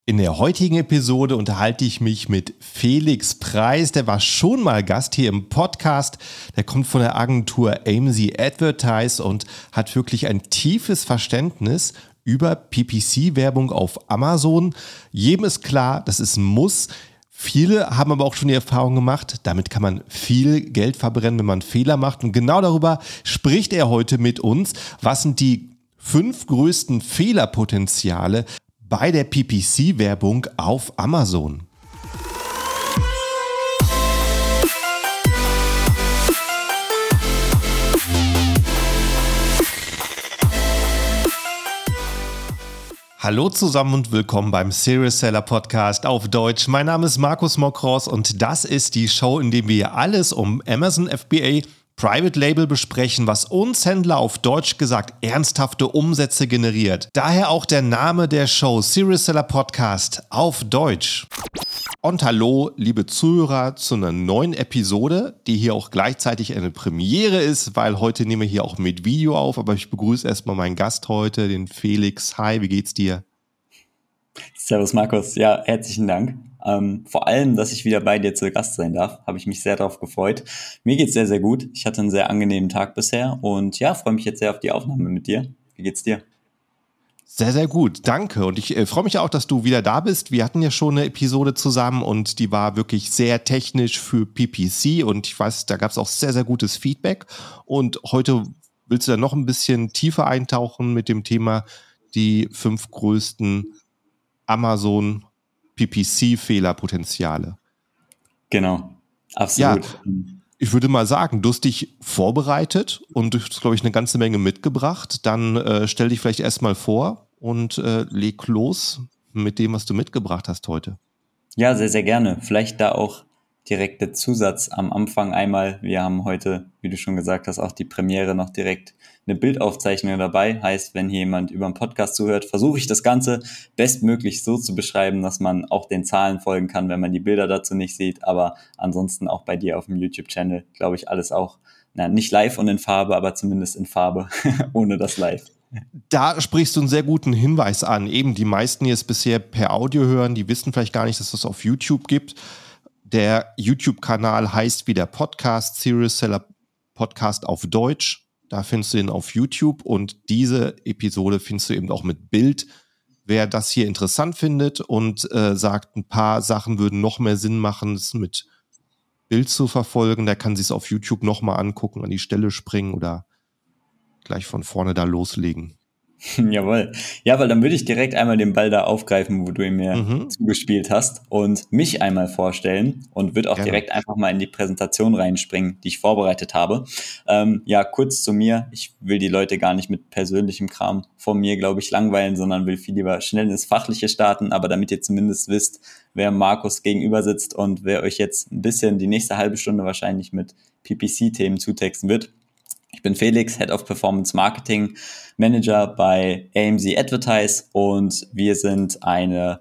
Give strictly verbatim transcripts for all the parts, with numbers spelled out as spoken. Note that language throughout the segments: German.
In der heutigen Episode unterhalte ich mich mit Felix Preis. Der war schon mal Gast hier im Podcast. Der kommt von der Agentur A M Z Advertise und hat wirklich ein tiefes Verständnis über P P C-Werbung auf Amazon. Jedem ist klar, das ist ein Muss. Viele haben aber auch schon die Erfahrung gemacht, damit kann man viel Geld verbrennen, wenn man Fehler macht. Und genau darüber spricht er heute mit uns. Was sind die fünf größten Fehlerpotenziale bei der P P C-Werbung auf Amazon? Hallo zusammen und willkommen beim Serious Seller Podcast auf Deutsch. Mein Name ist Markus Mokros und das ist die Show, in der wir alles um Amazon F B A Private Label besprechen, was uns Händler auf Deutsch gesagt ernsthafte Umsätze generiert. Daher auch der Name der Show, Serious Seller Podcast auf Deutsch. Und hallo, liebe Zuhörer, zu einer neuen Episode, die hier auch gleichzeitig eine Premiere ist, weil heute nehmen wir hier auch mit Video auf, aber ich begrüße erstmal meinen Gast heute, den Felix. Hi, wie geht's dir? Servus Markus, ja, herzlichen Dank. Ähm, vor allem, dass ich wieder bei dir zu Gast sein darf, habe ich mich sehr darauf gefreut. Mir geht's sehr, sehr gut. Ich hatte einen sehr angenehmen Tag bisher und ja, freue mich jetzt sehr auf die Aufnahme mit dir. Wie geht's dir? Sehr, sehr gut, danke. Und ich äh, freue mich auch, dass du wieder da bist. Wir hatten ja schon eine Episode zusammen und die war wirklich sehr technisch für P P C und ich weiß, da gab es auch sehr, sehr gutes Feedback. Und heute willst du da noch ein bisschen tiefer eintauchen mit dem Thema die fünf größten Amazon P P C-Fehlerpotenziale. Genau, absolut. Ja, ich würde mal sagen, du hast dich vorbereitet und du hast, glaube ich, eine ganze Menge mitgebracht. Dann äh, stell dich vielleicht erstmal vor und äh, leg los mit dem, was du mitgebracht hast heute. Ja, sehr, sehr gerne. Vielleicht da auch direkt der Zusatz am Anfang einmal. Wir haben heute, wie du schon gesagt hast, auch die Premiere noch direkt eine Bildaufzeichnung dabei. Heißt, wenn hier jemand über einen Podcast zuhört, versuche ich das Ganze bestmöglich so zu beschreiben, dass man auch den Zahlen folgen kann, wenn man die Bilder dazu nicht sieht. Aber ansonsten auch bei dir auf dem YouTube-Channel, glaube ich, alles auch, na, nicht live und in Farbe, aber zumindest in Farbe, ohne das Live. Da sprichst du einen sehr guten Hinweis an. Eben die meisten, die es bisher per Audio hören, die wissen vielleicht gar nicht, dass es auf YouTube gibt. Der YouTube-Kanal heißt wie der Podcast, Serious Seller Podcast auf Deutsch. Da findest du ihn auf YouTube und diese Episode findest du eben auch mit Bild. Wer das hier interessant findet und äh, sagt, ein paar Sachen würden noch mehr Sinn machen, es mit Bild zu verfolgen, der kann sich es auf YouTube nochmal angucken, an die Stelle springen oder gleich von vorne da loslegen. Jawohl. Ja, weil dann würde ich direkt einmal den Ball da aufgreifen, wo du ihn mir mhm. zugespielt hast und mich einmal vorstellen und würde auch Gerne. direkt einfach mal in die Präsentation reinspringen, die ich vorbereitet habe. Ähm, ja, kurz zu mir. Ich will die Leute gar nicht mit persönlichem Kram von mir, glaube ich, langweilen, sondern will viel lieber schnell ins Fachliche starten. Aber damit ihr zumindest wisst, wer Markus gegenüber sitzt und wer euch jetzt ein bisschen die nächste halbe Stunde wahrscheinlich mit P P C-Themen zutexten wird. Ich bin Felix, Head of Performance Marketing Manager bei A M Z Advertise und wir sind eine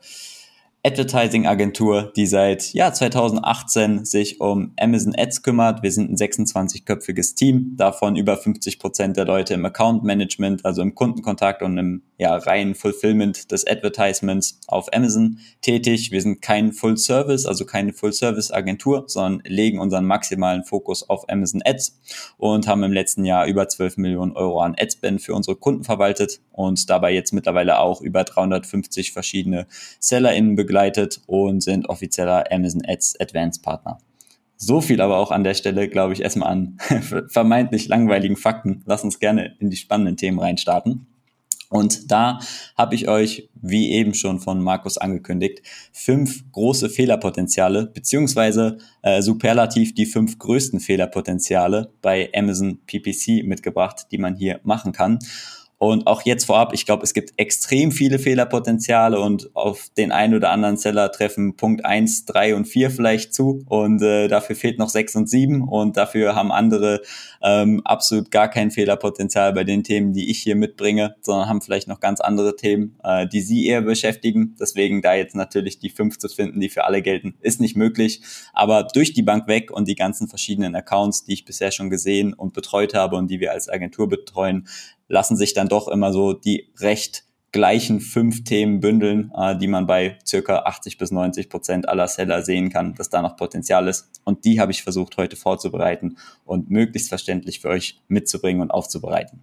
Advertising-Agentur, die seit ja, zwanzig achtzehn sich um Amazon Ads kümmert. Wir sind ein sechsundzwanzigköpfiges Team, davon über fünfzig Prozent der Leute im Account Management, also im Kundenkontakt und im ja, reinen Fulfillment des Advertisements auf Amazon tätig. Wir sind kein Full-Service, also keine Full-Service-Agentur, sondern legen unseren maximalen Fokus auf Amazon Ads und haben im letzten Jahr über zwölf Millionen Euro an Adspend für unsere Kunden verwaltet und dabei jetzt mittlerweile auch über dreihundertfünfzig verschiedene SellerInnen begleitet und sind offizieller Amazon Ads Advanced Partner. So viel aber auch an der Stelle, glaube ich, erstmal an vermeintlich langweiligen Fakten. Lass uns gerne in die spannenden Themen reinstarten. Und da habe ich euch, wie eben schon von Markus angekündigt, fünf große Fehlerpotenziale, beziehungsweise äh, superlativ die fünf größten Fehlerpotenziale bei Amazon P P C mitgebracht, die man hier machen kann. Und auch jetzt vorab, ich glaube, es gibt extrem viele Fehlerpotenziale und auf den einen oder anderen Seller treffen Punkt eins, drei und vier vielleicht zu und äh, dafür fehlt noch sechs und sieben und dafür haben andere ähm, absolut gar kein Fehlerpotenzial bei den Themen, die ich hier mitbringe, sondern haben vielleicht noch ganz andere Themen, äh, die sie eher beschäftigen. Deswegen da jetzt natürlich die fünf zu finden, die für alle gelten, ist nicht möglich. Aber durch die Bank weg und die ganzen verschiedenen Accounts, die ich bisher schon gesehen und betreut habe und die wir als Agentur betreuen, lassen sich dann doch immer so die recht gleichen fünf Themen bündeln, äh, die man bei circa achtzig bis neunzig Prozent aller Seller sehen kann, dass da noch Potenzial ist. Und die habe ich versucht heute vorzubereiten und möglichst verständlich für euch mitzubringen und aufzubereiten.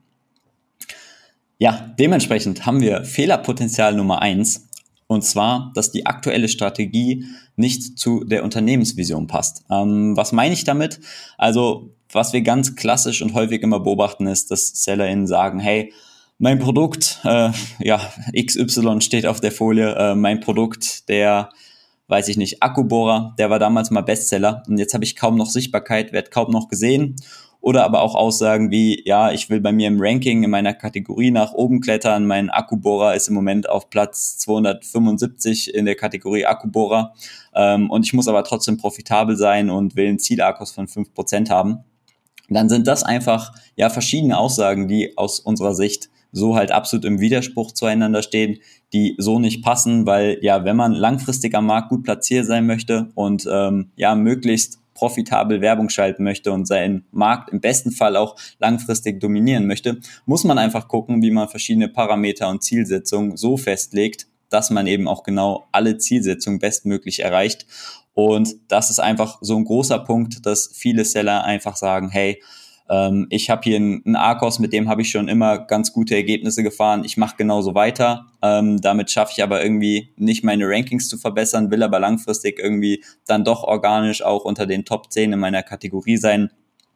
Ja, dementsprechend haben wir Fehlerpotenzial Nummer eins. Und zwar, dass die aktuelle Strategie nicht zu der Unternehmensvision passt. Ähm, was meine ich damit? Also, was wir ganz klassisch und häufig immer beobachten, ist, dass SellerInnen sagen, hey, mein Produkt, äh, ja, X Y steht auf der Folie, äh, mein Produkt, der, weiß ich nicht, Akkubohrer, der war damals mal Bestseller und jetzt habe ich kaum noch Sichtbarkeit, werde kaum noch gesehen. Oder aber auch Aussagen wie, ja, ich will bei mir im Ranking in meiner Kategorie nach oben klettern. Mein Akkubohrer ist im Moment auf Platz zweihundertfünfundsiebzig in der Kategorie Akkubohrer. Ähm, und ich muss aber trotzdem profitabel sein und will einen Ziel-Akkus von fünf Prozent haben. Dann sind das einfach ja verschiedene Aussagen, die aus unserer Sicht so halt absolut im Widerspruch zueinander stehen, die so nicht passen, weil ja, wenn man langfristig am Markt gut platziert sein möchte und ähm, ja, möglichst profitabel Werbung schalten möchte und seinen Markt im besten Fall auch langfristig dominieren möchte, muss man einfach gucken, wie man verschiedene Parameter und Zielsetzungen so festlegt, dass man eben auch genau alle Zielsetzungen bestmöglich erreicht. Und das ist einfach so ein großer Punkt, dass viele Seller einfach sagen, hey, ähm, ich habe hier einen Arkos, mit dem habe ich schon immer ganz gute Ergebnisse gefahren, ich mache genauso weiter, ähm, damit schaffe ich aber irgendwie nicht meine Rankings zu verbessern, will aber langfristig irgendwie dann doch organisch auch unter den Top zehn in meiner Kategorie sein.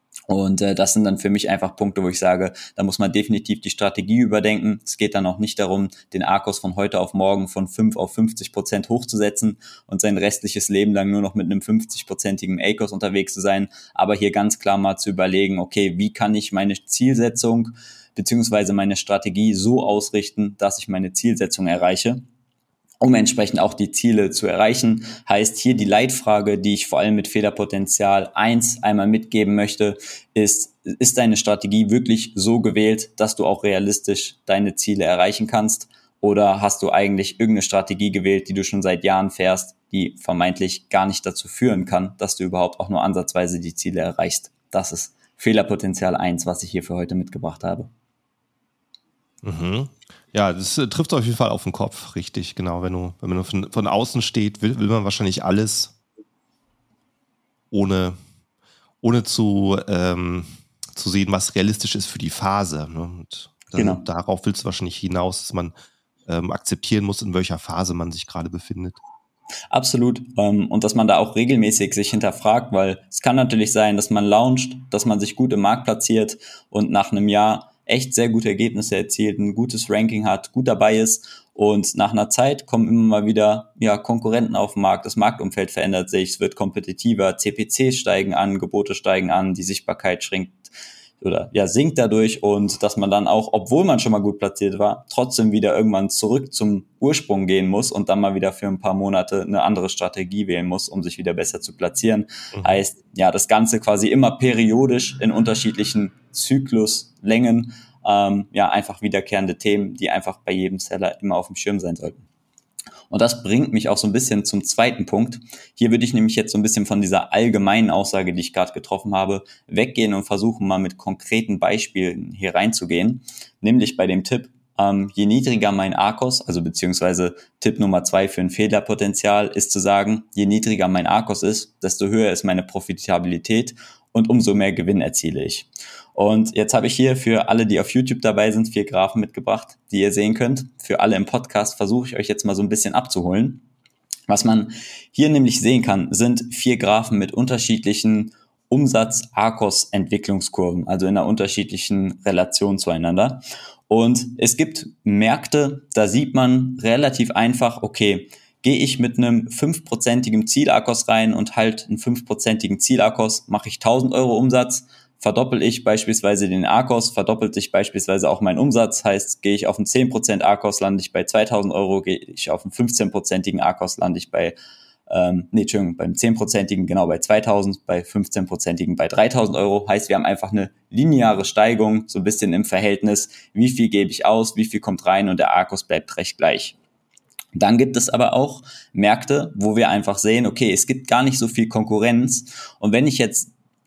Und äh, das sind dann für mich einfach Punkte, wo ich sage, da muss man definitiv die Strategie überdenken. Es geht dann auch nicht darum, den Arkos von heute auf morgen von fünf auf fünfzig Prozent hochzusetzen und sein restliches Leben lang nur noch mit einem fünfzig-prozentigen A C O S unterwegs zu sein. Aber hier ganz klar mal zu überlegen, okay, wie kann ich meine Zielsetzung beziehungsweise meine Strategie so ausrichten, dass ich meine Zielsetzung erreiche, um entsprechend auch die Ziele zu erreichen. Heißt hier die Leitfrage, die ich vor allem mit Fehlerpotenzial eins einmal mitgeben möchte, ist, ist deine Strategie wirklich so gewählt, dass du auch realistisch deine Ziele erreichen kannst? Oder hast du eigentlich irgendeine Strategie gewählt, die du schon seit Jahren fährst, die vermeintlich gar nicht dazu führen kann, dass du überhaupt auch nur ansatzweise die Ziele erreichst? Das ist Fehlerpotenzial eins, was ich hier für heute mitgebracht habe. Mhm. Ja, das äh, trifft auf jeden Fall auf den Kopf, richtig, genau. Wenn du, wenn man von, von außen steht, will, will man wahrscheinlich alles ohne, ohne zu, ähm, zu sehen, was realistisch ist für die Phase. Ne? Und dann, genau. Darauf willst du wahrscheinlich hinaus, dass man ähm, akzeptieren muss, in welcher Phase man sich gerade befindet. Absolut. Und dass man da auch regelmäßig sich hinterfragt, weil es kann natürlich sein, dass man launcht, dass man sich gut im Markt platziert und nach einem Jahr echt sehr gute Ergebnisse erzielt, ein gutes Ranking hat, gut dabei ist und nach einer Zeit kommen immer mal wieder ja, Konkurrenten auf den Markt, das Marktumfeld verändert sich, es wird kompetitiver, C P Cs steigen an, Angebote steigen an, die Sichtbarkeit schrinkt oder ja sinkt dadurch und dass man dann auch, obwohl man schon mal gut platziert war, trotzdem wieder irgendwann zurück zum Ursprung gehen muss und dann mal wieder für ein paar Monate eine andere Strategie wählen muss, um sich wieder besser zu platzieren. Mhm. Heißt, ja, das Ganze quasi immer periodisch in unterschiedlichen Zykluslängen, ähm, ja, einfach wiederkehrende Themen, die einfach bei jedem Seller immer auf dem Schirm sein sollten. Und das bringt mich auch so ein bisschen zum zweiten Punkt. Hier würde ich nämlich jetzt so ein bisschen von dieser allgemeinen Aussage, die ich gerade getroffen habe, weggehen und versuchen mal mit konkreten Beispielen hier reinzugehen. Nämlich bei dem Tipp, ähm, je niedriger mein A C O S, also beziehungsweise Tipp Nummer zwei für ein Fehlerpotenzial ist zu sagen, je niedriger mein A C O S ist, desto höher ist meine Profitabilität und umso mehr Gewinn erziele ich. Und jetzt habe ich hier für alle, die auf YouTube dabei sind, vier Graphen mitgebracht, die ihr sehen könnt. Für alle im Podcast versuche ich euch jetzt mal so ein bisschen abzuholen. Was man hier nämlich sehen kann, sind vier Graphen mit unterschiedlichen Umsatz-A C O S-Entwicklungskurven, also in einer unterschiedlichen Relation zueinander. Und es gibt Märkte, da sieht man relativ einfach, okay, gehe ich mit einem fünf-prozentigen Ziel-A C O S rein und halt einen fünf-prozentigen Ziel-A C O S, mache ich tausend Euro Umsatz, verdoppel ich beispielsweise den A C O S, verdoppelt sich beispielsweise auch mein Umsatz, heißt, gehe ich auf einen zehn Prozent A C O S, lande ich bei zweitausend Euro, gehe ich auf einen fünfzehn-prozentigen A C O S, lande ich bei, ähm, nee, Entschuldigung, beim zehn-prozentigen genau bei zweitausend, bei fünfzehn-prozentigen bei dreitausend Euro, heißt, wir haben einfach eine lineare Steigung, so ein bisschen im Verhältnis, wie viel gebe ich aus, wie viel kommt rein und der A C O S bleibt recht gleich. Dann gibt es aber auch Märkte, wo wir einfach sehen, okay, es gibt gar nicht so viel Konkurrenz und wenn ich jetzt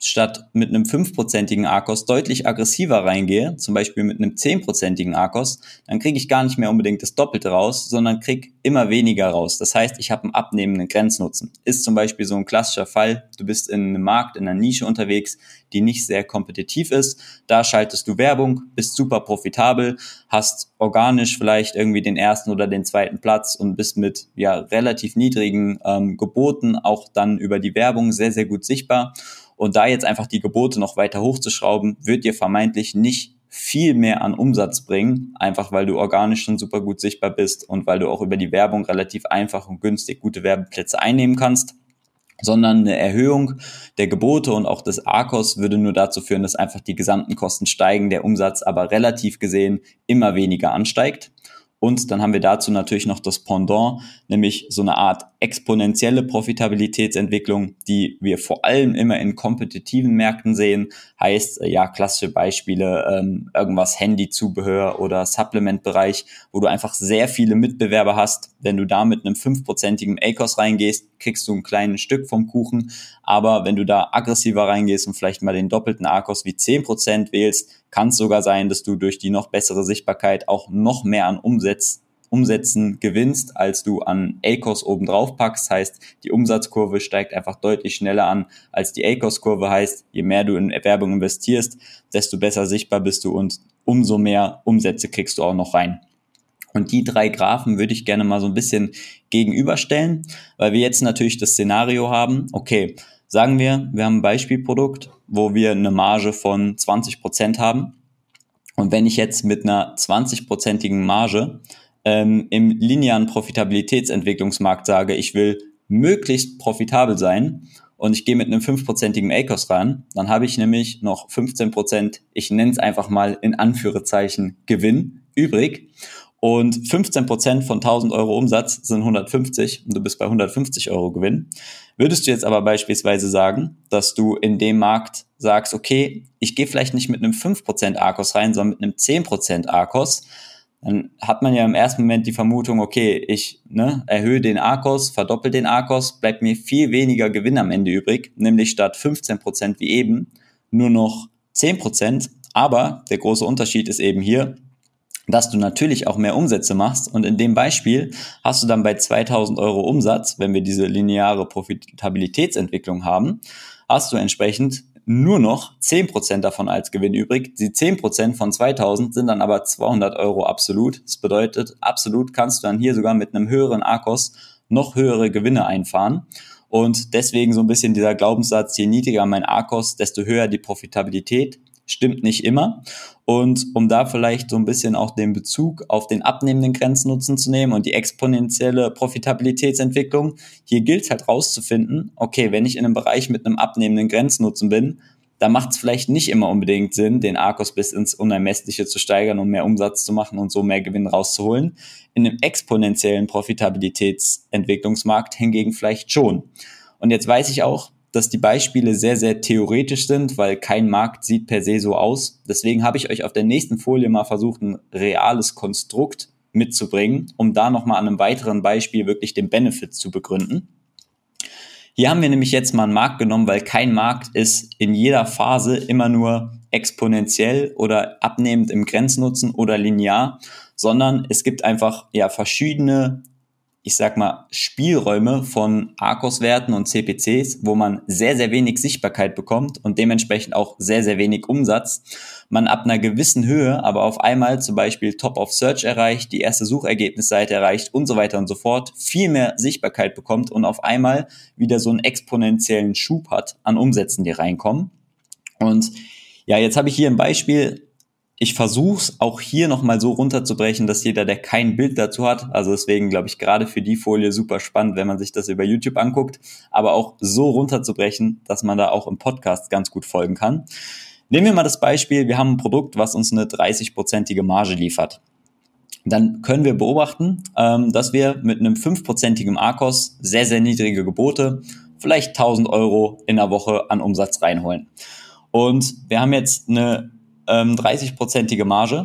statt mit einem fünfprozentigen A K O S deutlich aggressiver reingehe, zum Beispiel mit einem zehnprozentigen A K O S, dann kriege ich gar nicht mehr unbedingt das Doppelte raus, sondern kriege immer weniger raus. Das heißt, ich habe einen abnehmenden Grenznutzen. Ist zum Beispiel so ein klassischer Fall, du bist in einem Markt, in einer Nische unterwegs, die nicht sehr kompetitiv ist. Da schaltest du Werbung, bist super profitabel, hast organisch vielleicht irgendwie den ersten oder den zweiten Platz und bist mit ja relativ niedrigen ähm, Geboten auch dann über die Werbung sehr, sehr gut sichtbar. Und da jetzt einfach die Gebote noch weiter hochzuschrauben, wird dir vermeintlich nicht viel mehr an Umsatz bringen, einfach weil du organisch schon super gut sichtbar bist und weil du auch über die Werbung relativ einfach und günstig gute Werbeplätze einnehmen kannst, sondern eine Erhöhung der Gebote und auch des A K O S würde nur dazu führen, dass einfach die gesamten Kosten steigen, der Umsatz aber relativ gesehen immer weniger ansteigt. Und dann haben wir dazu natürlich noch das Pendant, nämlich so eine Art exponentielle Profitabilitätsentwicklung, die wir vor allem immer in kompetitiven Märkten sehen. Heißt, ja, klassische Beispiele, ähm, irgendwas Handyzubehör oder Supplement-Bereich, wo du einfach sehr viele Mitbewerber hast. Wenn du da mit einem fünfprozentigen A K O S reingehst, kriegst du ein kleines Stück vom Kuchen. Aber wenn du da aggressiver reingehst und vielleicht mal den doppelten A K O S wie zehn Prozent wählst, kann es sogar sein, dass du durch die noch bessere Sichtbarkeit auch noch mehr an Umsatz, Umsätzen gewinnst, als du an A K O S oben drauf packst. Heißt, die Umsatzkurve steigt einfach deutlich schneller an, als die A K O S-Kurve. Heißt, je mehr du in Werbung investierst, desto besser sichtbar bist du und umso mehr Umsätze kriegst du auch noch rein. Und die drei Graphen würde ich gerne mal so ein bisschen gegenüberstellen, weil wir jetzt natürlich das Szenario haben, okay, sagen wir, wir haben ein Beispielprodukt, wo wir eine Marge von zwanzig Prozent haben. Und wenn ich jetzt mit einer zwanzig-prozentigen Marge ähm, im linearen Profitabilitätsentwicklungsmarkt sage, ich will möglichst profitabel sein und ich gehe mit einem fünfprozentigen A K O S ran, dann habe ich nämlich noch fünfzehn Prozent, ich nenne es einfach mal in Anführungszeichen Gewinn übrig. Und fünfzehn Prozent von tausend Euro Umsatz sind hundertfünfzig und du bist bei hundertfünfzig Euro Gewinn. Würdest du jetzt aber beispielsweise sagen, dass du in dem Markt sagst, okay, ich gehe vielleicht nicht mit einem fünf Prozent A K O S rein, sondern mit einem zehn Prozent A K O S, dann hat man ja im ersten Moment die Vermutung, okay, ich ne, erhöhe den A K O S, verdoppel den A K O S, bleibt mir viel weniger Gewinn am Ende übrig, nämlich statt fünfzehn Prozent wie eben nur noch zehn Prozent. Aber der große Unterschied ist eben hier, dass du natürlich auch mehr Umsätze machst und in dem Beispiel hast du dann bei zweitausend Euro Umsatz, wenn wir diese lineare Profitabilitätsentwicklung haben, hast du entsprechend nur noch zehn Prozent davon als Gewinn übrig. Die zehn Prozent von zweitausend sind dann aber zweihundert Euro absolut. Das bedeutet, absolut kannst du dann hier sogar mit einem höheren A K O S noch höhere Gewinne einfahren. Und deswegen so ein bisschen dieser Glaubenssatz, je niedriger mein A K O S, desto höher die Profitabilität. Stimmt nicht immer. Und um da vielleicht so ein bisschen auch den Bezug auf den abnehmenden Grenznutzen zu nehmen und die exponentielle Profitabilitätsentwicklung, hier gilt es halt rauszufinden, okay, wenn ich in einem Bereich mit einem abnehmenden Grenznutzen bin, dann macht es vielleicht nicht immer unbedingt Sinn, den A K O S bis ins Unermessliche zu steigern, um mehr Umsatz zu machen und so mehr Gewinn rauszuholen. In einem exponentiellen Profitabilitätsentwicklungsmarkt hingegen vielleicht schon. Und jetzt weiß ich auch, dass die Beispiele sehr, sehr theoretisch sind, weil kein Markt sieht per se so aus. Deswegen habe ich euch auf der nächsten Folie mal versucht, ein reales Konstrukt mitzubringen, um da nochmal an einem weiteren Beispiel wirklich den Benefit zu begründen. Hier haben wir nämlich jetzt mal einen Markt genommen, weil kein Markt ist in jeder Phase immer nur exponentiell oder abnehmend im Grenznutzen oder linear, sondern es gibt einfach ja verschiedene, ich sag mal, Spielräume von A K O S-Werten und C P Cs, wo man sehr, sehr wenig Sichtbarkeit bekommt und dementsprechend auch sehr, sehr wenig Umsatz. Man ab einer gewissen Höhe aber auf einmal zum Beispiel Top of Search erreicht, die erste Suchergebnisseite erreicht und so weiter und so fort, viel mehr Sichtbarkeit bekommt und auf einmal wieder so einen exponentiellen Schub hat an Umsätzen, die reinkommen. Und ja, jetzt habe ich hier ein Beispiel. Ich versuche es auch hier nochmal so runterzubrechen, dass jeder, der kein Bild dazu hat, also deswegen glaube ich gerade für die Folie super spannend, wenn man sich das über YouTube anguckt, aber auch so runterzubrechen, dass man da auch im Podcast ganz gut folgen kann. Nehmen wir mal das Beispiel, wir haben ein Produkt, was uns eine dreißig-prozentige Marge liefert. Dann können wir beobachten, dass wir mit einem fünf-prozentigen A K O S sehr, sehr niedrige Gebote, vielleicht tausend Euro in der Woche an Umsatz reinholen. Und wir haben jetzt eine dreißig-prozentige Marge.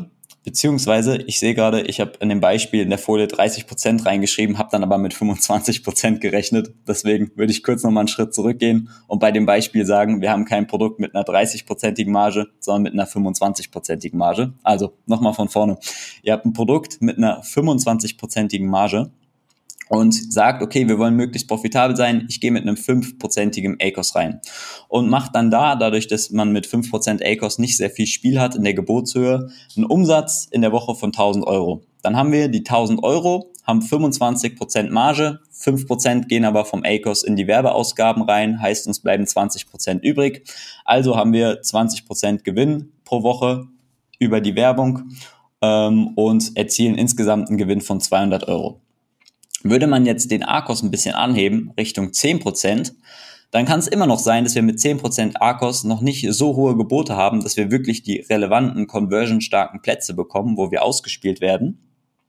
Beziehungsweise, ich sehe gerade, ich habe in dem Beispiel in der Folie dreißig Prozent reingeschrieben, habe dann aber mit fünfundzwanzig Prozent gerechnet. Deswegen würde ich kurz nochmal einen Schritt zurückgehen und bei dem Beispiel sagen, wir haben kein Produkt mit einer dreißig-prozentigen Marge, sondern mit einer fünfundzwanzig-prozentigen Marge. Also nochmal von vorne. Ihr habt ein Produkt mit einer fünfundzwanzig-prozentigen Marge und sagt, okay, wir wollen möglichst profitabel sein, ich gehe mit einem fünf-prozentigen A C O S rein und macht dann da, dadurch, dass man mit fünf Prozent A C O S nicht sehr viel Spiel hat in der Gebotshöhe, einen Umsatz in der Woche von tausend Euro. Dann haben wir die tausend Euro, haben fünfundzwanzig Prozent Marge, fünf Prozent gehen aber vom A C O S in die Werbeausgaben rein, heißt uns bleiben zwanzig Prozent übrig. Also haben wir zwanzig Prozent Gewinn pro Woche über die Werbung ähm, und erzielen insgesamt einen Gewinn von zweihundert Euro. Würde man jetzt den A C O S ein bisschen anheben, Richtung zehn Prozent, dann kann es immer noch sein, dass wir mit zehn Prozent A C O S noch nicht so hohe Gebote haben, dass wir wirklich die relevanten, conversionstarken Plätze bekommen, wo wir ausgespielt werden.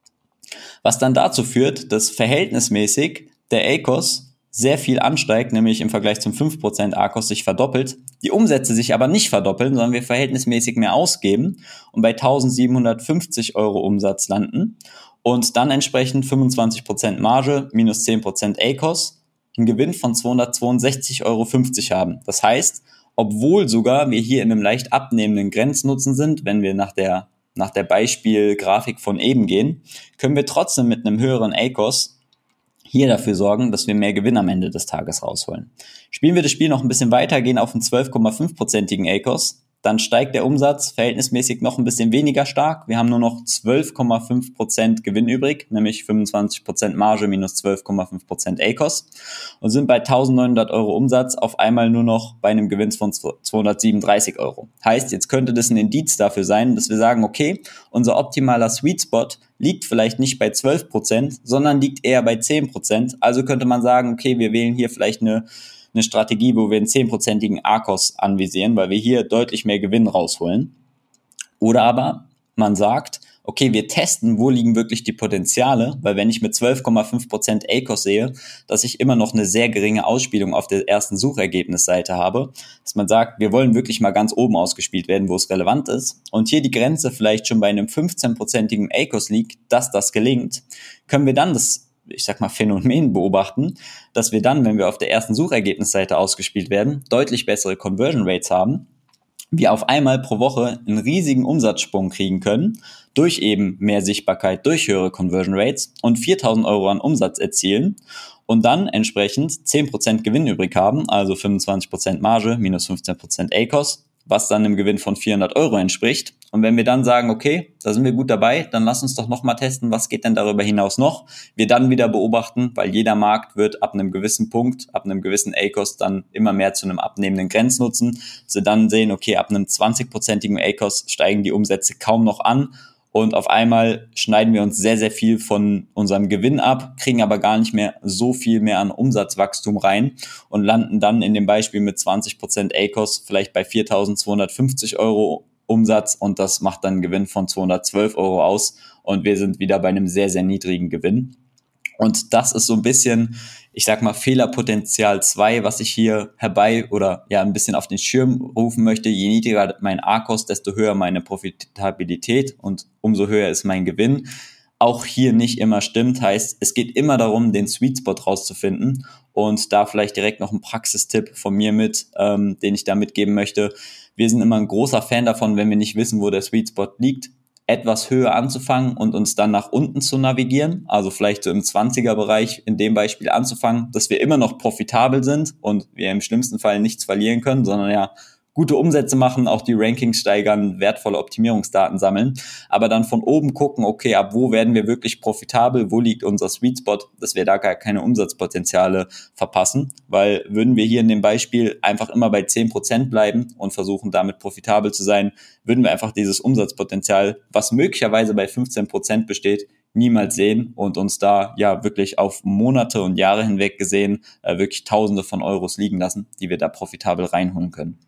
Was dann dazu führt, dass verhältnismäßig der A C O S sehr viel ansteigt, nämlich im Vergleich zum fünf Prozent A C O S sich verdoppelt, die Umsätze sich aber nicht verdoppeln, sondern wir verhältnismäßig mehr ausgeben und bei eintausendsiebenhundertfünfzig Euro Umsatz landen. Und dann entsprechend fünfundzwanzig Prozent Marge minus zehn Prozent A C O S, einen Gewinn von zweihundertzweiundsechzig Euro fünfzig haben. Das heißt, obwohl sogar wir hier in einem leicht abnehmenden Grenznutzen sind, wenn wir nach der, nach der Beispielgrafik von eben gehen, können wir trotzdem mit einem höheren A C O S hier dafür sorgen, dass wir mehr Gewinn am Ende des Tages rausholen. Spielen wir das Spiel noch ein bisschen weiter, gehen auf einen zwölf Komma fünf Prozentigen A C O S, dann steigt der Umsatz verhältnismäßig noch ein bisschen weniger stark. Wir haben nur noch zwölf Komma fünf Prozent Gewinn übrig, nämlich fünfundzwanzig Prozent Marge minus zwölf Komma fünf Prozent A C O S und sind bei eintausendneunhundert Euro Umsatz auf einmal nur noch bei einem Gewinn von zweihundertsiebenunddreißig Euro. Heißt, jetzt könnte das ein Indiz dafür sein, dass wir sagen, okay, unser optimaler Sweet Spot liegt vielleicht nicht bei zwölf Prozent, sondern liegt eher bei zehn Prozent. Also könnte man sagen, okay, wir wählen hier vielleicht eine eine Strategie, wo wir einen zehn-prozentigen A C O S anvisieren, weil wir hier deutlich mehr Gewinn rausholen. Oder aber man sagt, okay, wir testen, wo liegen wirklich die Potenziale, weil wenn ich mit zwölf Komma fünf Prozent A C O S sehe, dass ich immer noch eine sehr geringe Ausspielung auf der ersten Suchergebnisseite habe, dass man sagt, wir wollen wirklich mal ganz oben ausgespielt werden, wo es relevant ist und hier die Grenze vielleicht schon bei einem fünfzehn-prozentigen A C O S liegt, dass das gelingt, können wir dann das ich sag mal, Phänomen beobachten, dass wir dann, wenn wir auf der ersten Suchergebnisseite ausgespielt werden, deutlich bessere Conversion Rates haben, wir auf einmal pro Woche einen riesigen Umsatzsprung kriegen können, durch eben mehr Sichtbarkeit, durch höhere Conversion Rates und viertausend Euro an Umsatz erzielen und dann entsprechend zehn Prozent Gewinn übrig haben, also fünfundzwanzig Prozent Marge minus fünfzehn Prozent A C O S, was dann einem Gewinn von vierhundert Euro entspricht. Und wenn wir dann sagen, okay, da sind wir gut dabei, dann lass uns doch nochmal testen, was geht denn darüber hinaus noch? Wir dann wieder beobachten, weil jeder Markt wird ab einem gewissen Punkt, ab einem gewissen A C O S dann immer mehr zu einem abnehmenden Grenznutzen. Dass wir dann sehen, okay, ab einem zwanzig-prozentigen A C O S steigen die Umsätze kaum noch an. Und auf einmal schneiden wir uns sehr, sehr viel von unserem Gewinn ab, kriegen aber gar nicht mehr so viel mehr an Umsatzwachstum rein und landen dann in dem Beispiel mit zwanzig Prozent A C O S vielleicht bei viertausendzweihundertfünfzig Euro Umsatz und das macht dann einen Gewinn von zweihundertzwölf Euro aus und wir sind wieder bei einem sehr, sehr niedrigen Gewinn. Und das ist so ein bisschen, ich sag mal, Fehlerpotenzial zwei, was ich hier herbei oder ja ein bisschen auf den Schirm rufen möchte. Je niedriger mein A C O S, desto höher meine Profitabilität und umso höher ist mein Gewinn. Auch hier nicht immer stimmt, heißt, es geht immer darum, den Sweet Spot rauszufinden und da vielleicht direkt noch ein Praxistipp von mir mit, ähm, den ich da mitgeben möchte. Wir sind immer ein großer Fan davon, wenn wir nicht wissen, wo der Sweet Spot liegt, etwas höher anzufangen und uns dann nach unten zu navigieren, also vielleicht so im zwanziger-Bereich in dem Beispiel anzufangen, dass wir immer noch profitabel sind und wir im schlimmsten Fall nichts verlieren können, sondern ja gute Umsätze machen, auch die Rankings steigern, wertvolle Optimierungsdaten sammeln, aber dann von oben gucken, okay, ab wo werden wir wirklich profitabel, wo liegt unser Sweet Spot, dass wir da gar keine Umsatzpotenziale verpassen, weil würden wir hier in dem Beispiel einfach immer bei zehn Prozent bleiben und versuchen damit profitabel zu sein, würden wir einfach dieses Umsatzpotenzial, was möglicherweise bei fünfzehn Prozent besteht, niemals sehen und uns da ja wirklich auf Monate und Jahre hinweg gesehen äh, wirklich Tausende von Euros liegen lassen, die wir da profitabel reinholen können.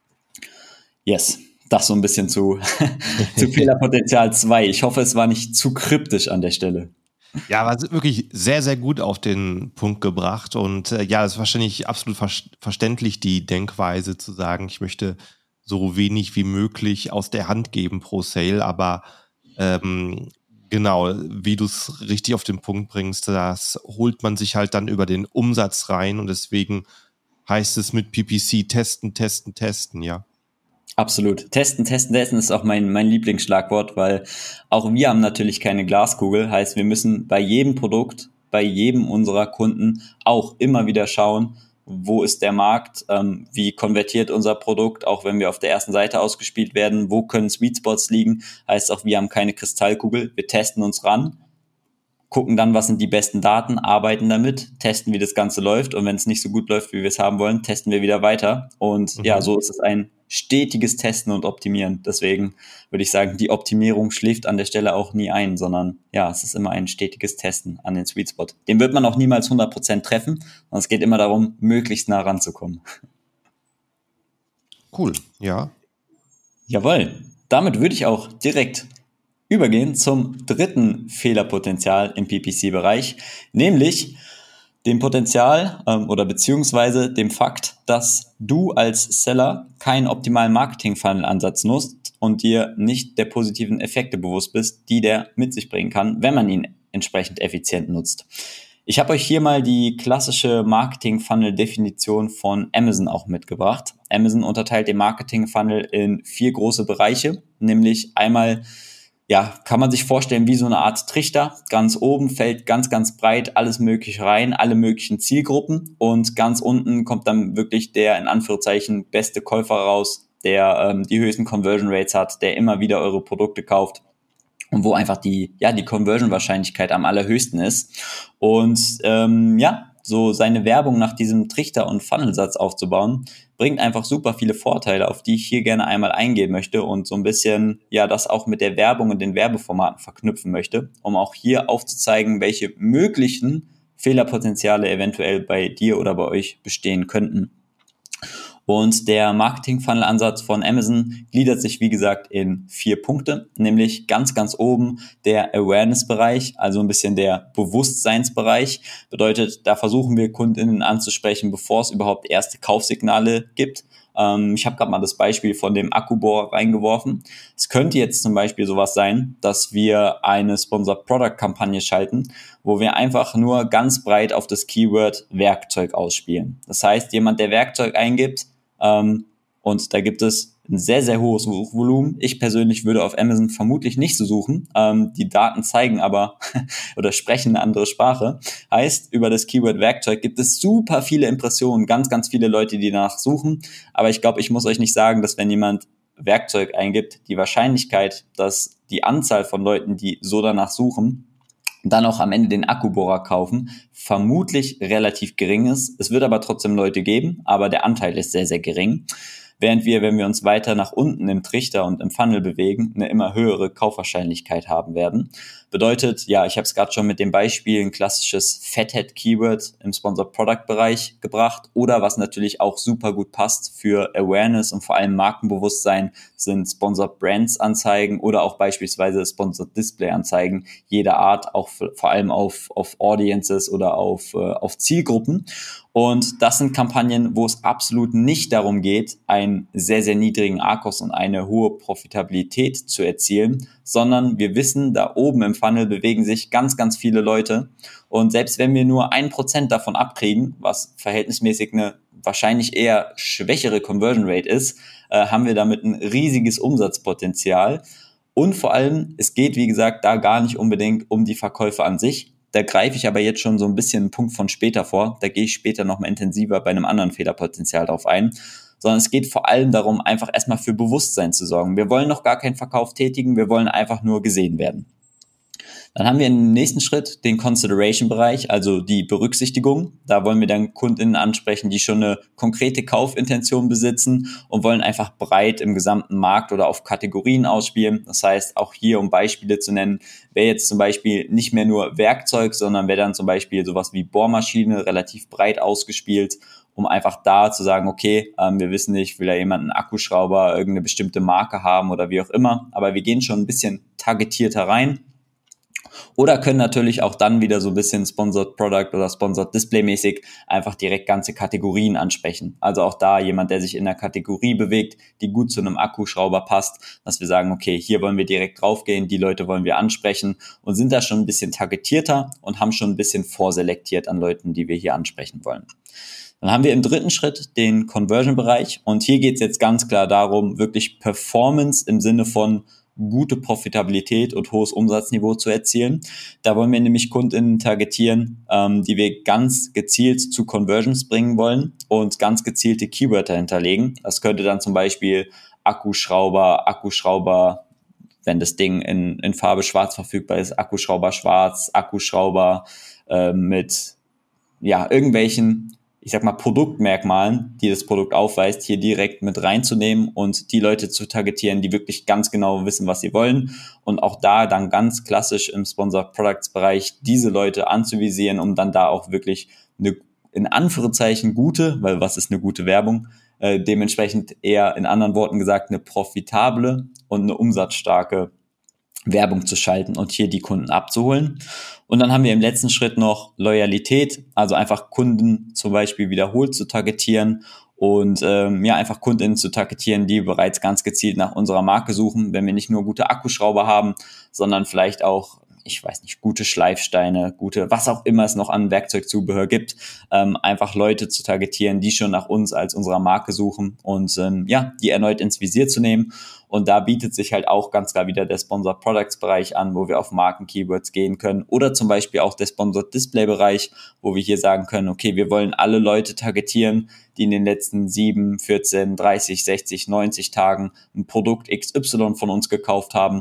Yes, das so ein bisschen zu, zu Fehlerpotenzial zwei. Ich hoffe, es war nicht zu kryptisch an der Stelle. Ja, war wirklich sehr, sehr gut auf den Punkt gebracht und äh, ja, es ist wahrscheinlich absolut ver- verständlich, die Denkweise zu sagen, ich möchte so wenig wie möglich aus der Hand geben pro Sale, aber Ähm, genau, wie du es richtig auf den Punkt bringst, das holt man sich halt dann über den Umsatz rein und deswegen heißt es mit P P C testen, testen, testen, ja. Absolut. Testen, testen, testen ist auch mein, mein Lieblingsschlagwort, weil auch wir haben natürlich keine Glaskugel. Heißt, wir müssen bei jedem Produkt, bei jedem unserer Kunden auch immer wieder schauen, wo ist der Markt, ähm, wie konvertiert unser Produkt, auch wenn wir auf der ersten Seite ausgespielt werden, wo können Sweet Spots liegen. Heißt auch, wir haben keine Kristallkugel, wir testen uns ran, gucken dann, was sind die besten Daten, arbeiten damit, testen, wie das Ganze läuft und wenn es nicht so gut läuft, wie wir es haben wollen, testen wir wieder weiter und mhm. ja, so ist es ein stetiges Testen und Optimieren. Deswegen würde ich sagen, die Optimierung schläft an der Stelle auch nie ein, sondern ja, es ist immer ein stetiges Testen an den Sweet Spot. Den wird man auch niemals hundert Prozent treffen, sondern es geht immer darum, möglichst nah ranzukommen. Cool, ja. Jawohl, damit würde ich auch direkt übergehen zum dritten Fehlerpotenzial im P P C-Bereich, nämlich dem Potenzial ähm, oder beziehungsweise dem Fakt, dass du als Seller keinen optimalen Marketing-Funnel-Ansatz nutzt und dir nicht der positiven Effekte bewusst bist, die der mit sich bringen kann, wenn man ihn entsprechend effizient nutzt. Ich habe euch hier mal die klassische Marketing-Funnel-Definition von Amazon auch mitgebracht. Amazon unterteilt den Marketing-Funnel in vier große Bereiche, nämlich einmal ja, kann man sich vorstellen wie so eine Art Trichter. Ganz oben fällt ganz, ganz breit alles Mögliche rein, alle möglichen Zielgruppen und ganz unten kommt dann wirklich der in Anführungszeichen beste Käufer raus, der ähm, die höchsten Conversion Rates hat, der immer wieder eure Produkte kauft und wo einfach die, ja, die Conversion-Wahrscheinlichkeit am allerhöchsten ist. Und ähm, ja, so seine Werbung nach diesem Trichter- und Funnelsatz aufzubauen, bringt einfach super viele Vorteile, auf die ich hier gerne einmal eingehen möchte und so ein bisschen, ja, das auch mit der Werbung und den Werbeformaten verknüpfen möchte, um auch hier aufzuzeigen, welche möglichen Fehlerpotenziale eventuell bei dir oder bei euch bestehen könnten. Und der Marketing-Funnel-Ansatz von Amazon gliedert sich, wie gesagt, in vier Punkte, nämlich ganz, ganz oben der Awareness-Bereich, also ein bisschen der Bewusstseinsbereich. Bedeutet, da versuchen wir KundInnen anzusprechen, bevor es überhaupt erste Kaufsignale gibt. Ähm, ich habe gerade mal das Beispiel von dem Akkubohrer reingeworfen. Es könnte jetzt zum Beispiel sowas sein, dass wir eine Sponsored Product-Kampagne schalten, wo wir einfach nur ganz breit auf das Keyword Werkzeug ausspielen. Das heißt, jemand, der Werkzeug eingibt, Ähm, und da gibt es ein sehr, sehr hohes Suchvolumen. Ich persönlich würde auf Amazon vermutlich nicht so suchen. Ähm, die Daten zeigen aber oder sprechen eine andere Sprache. Heißt, über das Keyword Werkzeug gibt es super viele Impressionen, ganz, ganz viele Leute, die danach suchen. Aber ich glaube, ich muss euch nicht sagen, dass wenn jemand Werkzeug eingibt, die Wahrscheinlichkeit, dass die Anzahl von Leuten, die so danach suchen, dann auch am Ende den Akkubohrer kaufen, vermutlich relativ gering ist. Es wird aber trotzdem Leute geben, aber der Anteil ist sehr, sehr gering. Während wir, wenn wir uns weiter nach unten im Trichter und im Funnel bewegen, eine immer höhere Kaufwahrscheinlichkeit haben werden. Bedeutet, ja, ich habe es gerade schon mit dem Beispiel ein klassisches Fathead-Keyword im Sponsored Product-Bereich gebracht oder was natürlich auch super gut passt für Awareness und vor allem Markenbewusstsein sind Sponsored Brands-Anzeigen oder auch beispielsweise Sponsored Display-Anzeigen jeder Art, auch vor allem auf, auf Audiences oder auf, äh, auf Zielgruppen. Und das sind Kampagnen, wo es absolut nicht darum geht, einen sehr, sehr niedrigen A K O S und eine hohe Profitabilität zu erzielen, sondern wir wissen, da oben im Funnel bewegen sich ganz, ganz viele Leute. Und selbst wenn wir nur ein Prozent davon abkriegen, was verhältnismäßig eine wahrscheinlich eher schwächere Conversion Rate ist, äh, haben wir damit ein riesiges Umsatzpotenzial. Und vor allem, es geht, wie gesagt, da gar nicht unbedingt um die Verkäufe an sich. Da greife ich aber jetzt schon so ein bisschen einen Punkt von später vor. Da gehe ich später noch mal intensiver bei einem anderen Fehlerpotenzial drauf ein. Sondern es geht vor allem darum, einfach erstmal für Bewusstsein zu sorgen. Wir wollen noch gar keinen Verkauf tätigen, wir wollen einfach nur gesehen werden. Dann haben wir im nächsten Schritt den Consideration-Bereich, also die Berücksichtigung. Da wollen wir dann KundInnen ansprechen, die schon eine konkrete Kaufintention besitzen und wollen einfach breit im gesamten Markt oder auf Kategorien ausspielen. Das heißt, auch hier, um Beispiele zu nennen, wäre jetzt zum Beispiel nicht mehr nur Werkzeug, sondern wäre dann zum Beispiel sowas wie Bohrmaschine relativ breit ausgespielt, um einfach da zu sagen, okay, ähm, wir wissen nicht, will da jemand einen Akkuschrauber, irgendeine bestimmte Marke haben oder wie auch immer, aber wir gehen schon ein bisschen targetierter rein. Oder können natürlich auch dann wieder so ein bisschen Sponsored Product oder Sponsored Display mäßig einfach direkt ganze Kategorien ansprechen. Also auch da jemand, der sich in der Kategorie bewegt, die gut zu einem Akkuschrauber passt, dass wir sagen, okay, hier wollen wir direkt draufgehen, die Leute wollen wir ansprechen und sind da schon ein bisschen targetierter und haben schon ein bisschen vorselektiert an Leuten, die wir hier ansprechen wollen. Dann haben wir im dritten Schritt den Conversion-Bereich und hier geht es jetzt ganz klar darum, wirklich Performance im Sinne von gute Profitabilität und hohes Umsatzniveau zu erzielen. Da wollen wir nämlich KundInnen targetieren, ähm, die wir ganz gezielt zu Conversions bringen wollen und ganz gezielte Keywörter hinterlegen. Das könnte dann zum Beispiel Akkuschrauber, Akkuschrauber, wenn das Ding in, in Farbe schwarz verfügbar ist, Akkuschrauber schwarz, Akkuschrauber äh, mit ja irgendwelchen ich sag mal, Produktmerkmalen, die das Produkt aufweist, hier direkt mit reinzunehmen und die Leute zu targetieren, die wirklich ganz genau wissen, was sie wollen und auch da dann ganz klassisch im Sponsored Products Bereich diese Leute anzuvisieren, um dann da auch wirklich eine, in Anführungszeichen gute, weil was ist eine gute Werbung, äh, dementsprechend eher in anderen Worten gesagt eine profitable und eine umsatzstarke Werbung zu schalten und hier die Kunden abzuholen. Und dann haben wir im letzten Schritt noch Loyalität, also einfach Kunden zum Beispiel wiederholt zu targetieren und ähm, ja einfach KundInnen zu targetieren, die bereits ganz gezielt nach unserer Marke suchen, wenn wir nicht nur gute Akkuschrauber haben, sondern vielleicht auch, ich weiß nicht, gute Schleifsteine, gute, was auch immer es noch an Werkzeugzubehör gibt, ähm, einfach Leute zu targetieren, die schon nach uns als unserer Marke suchen und ähm, ja, die erneut ins Visier zu nehmen. Und da bietet sich halt auch ganz klar wieder der Sponsored Products Bereich an, wo wir auf Marken-Keywords gehen können oder zum Beispiel auch der Sponsored Display Bereich, wo wir hier sagen können, okay, wir wollen alle Leute targetieren, die in den letzten sieben, vierzehn, dreißig, sechzig, neunzig Tagen ein Produkt X Y von uns gekauft haben.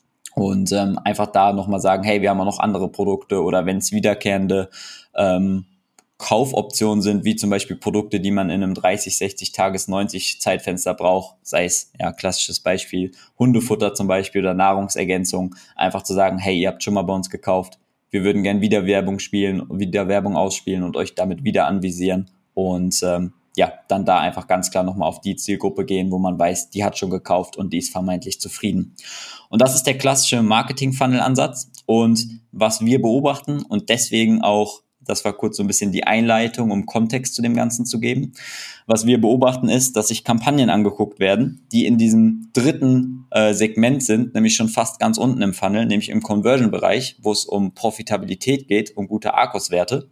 Und ähm, einfach da nochmal sagen, hey, wir haben auch noch andere Produkte oder wenn es wiederkehrende ähm, Kaufoptionen sind, wie zum Beispiel Produkte, die man in einem dreißig, sechzig Tages, neunzig Zeitfenster braucht, sei es, ja, klassisches Beispiel, Hundefutter zum Beispiel oder Nahrungsergänzung, einfach zu sagen, hey, ihr habt schon mal bei uns gekauft, wir würden gern wieder Werbung spielen, wieder Werbung ausspielen und euch damit wieder anvisieren und ähm, ja, dann da einfach ganz klar nochmal auf die Zielgruppe gehen, wo man weiß, die hat schon gekauft und die ist vermeintlich zufrieden. Und das ist der klassische Marketing-Funnel-Ansatz und was wir beobachten und deswegen auch, das war kurz so ein bisschen die Einleitung, um Kontext zu dem Ganzen zu geben. Was wir beobachten ist, dass sich Kampagnen angeguckt werden, die in diesem dritten äh, Segment sind, nämlich schon fast ganz unten im Funnel, nämlich im Conversion-Bereich, wo es um Profitabilität geht, um gute A R C O S-Werte.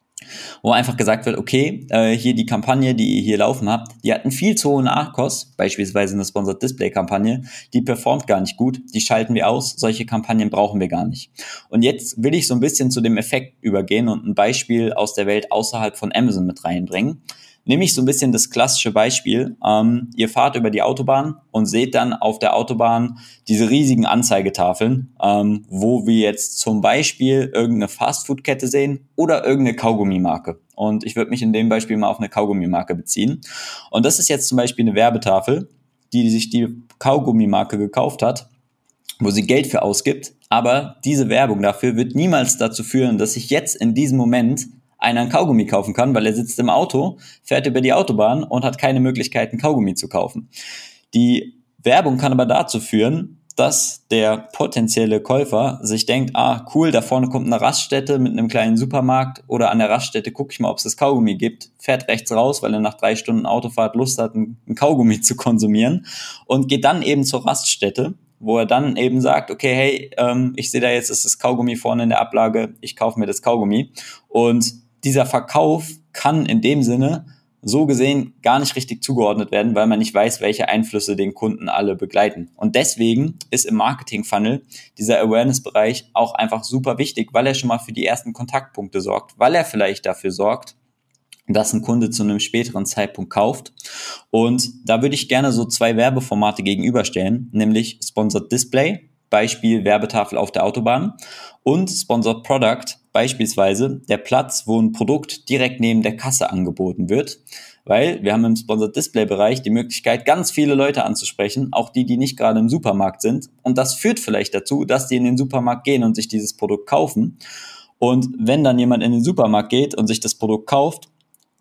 Wo einfach gesagt wird, okay, äh, hier die Kampagne, die ihr hier laufen habt, die hat einen viel zu hohen A R C O S, beispielsweise eine Sponsored Display Kampagne, die performt gar nicht gut, die schalten wir aus, solche Kampagnen brauchen wir gar nicht. Und jetzt will ich so ein bisschen zu dem Effekt übergehen und ein Beispiel aus der Welt außerhalb von Amazon mit reinbringen. Nämlich so ein bisschen das klassische Beispiel, ähm, ihr fahrt über die Autobahn und seht dann auf der Autobahn diese riesigen Anzeigetafeln, ähm, wo wir jetzt zum Beispiel irgendeine Fastfood-Kette sehen oder irgendeine Kaugummimarke. Und ich würde mich in dem Beispiel mal auf eine Kaugummimarke beziehen. Und das ist jetzt zum Beispiel eine Werbetafel, die sich die Kaugummimarke gekauft hat, wo sie Geld für ausgibt. Aber diese Werbung dafür wird niemals dazu führen, dass ich jetzt in diesem Moment einer ein Kaugummi kaufen kann, weil er sitzt im Auto, fährt über die Autobahn und hat keine Möglichkeit, ein Kaugummi zu kaufen. Die Werbung kann aber dazu führen, dass der potenzielle Käufer sich denkt, ah, cool, da vorne kommt eine Raststätte mit einem kleinen Supermarkt oder an der Raststätte gucke ich mal, ob es das Kaugummi gibt, fährt rechts raus, weil er nach drei Stunden Autofahrt Lust hat, ein Kaugummi zu konsumieren und geht dann eben zur Raststätte, wo er dann eben sagt, okay, hey, ähm, ich sehe da jetzt, ist das Kaugummi vorne in der Ablage, ich kaufe mir das Kaugummi. Und dieser Verkauf kann in dem Sinne so gesehen gar nicht richtig zugeordnet werden, weil man nicht weiß, welche Einflüsse den Kunden alle begleiten. Und deswegen ist im Marketing-Funnel dieser Awareness-Bereich auch einfach super wichtig, weil er schon mal für die ersten Kontaktpunkte sorgt, weil er vielleicht dafür sorgt, dass ein Kunde zu einem späteren Zeitpunkt kauft. Und da würde ich gerne so zwei Werbeformate gegenüberstellen, nämlich Sponsored Display, Beispiel Werbetafel auf der Autobahn, und Sponsored Product, beispielsweise der Platz, wo ein Produkt direkt neben der Kasse angeboten wird, weil wir haben im Sponsored Display Bereich die Möglichkeit, ganz viele Leute anzusprechen, auch die, die nicht gerade im Supermarkt sind. Und das führt vielleicht dazu, dass die in den Supermarkt gehen und sich dieses Produkt kaufen. Und wenn dann jemand in den Supermarkt geht und sich das Produkt kauft,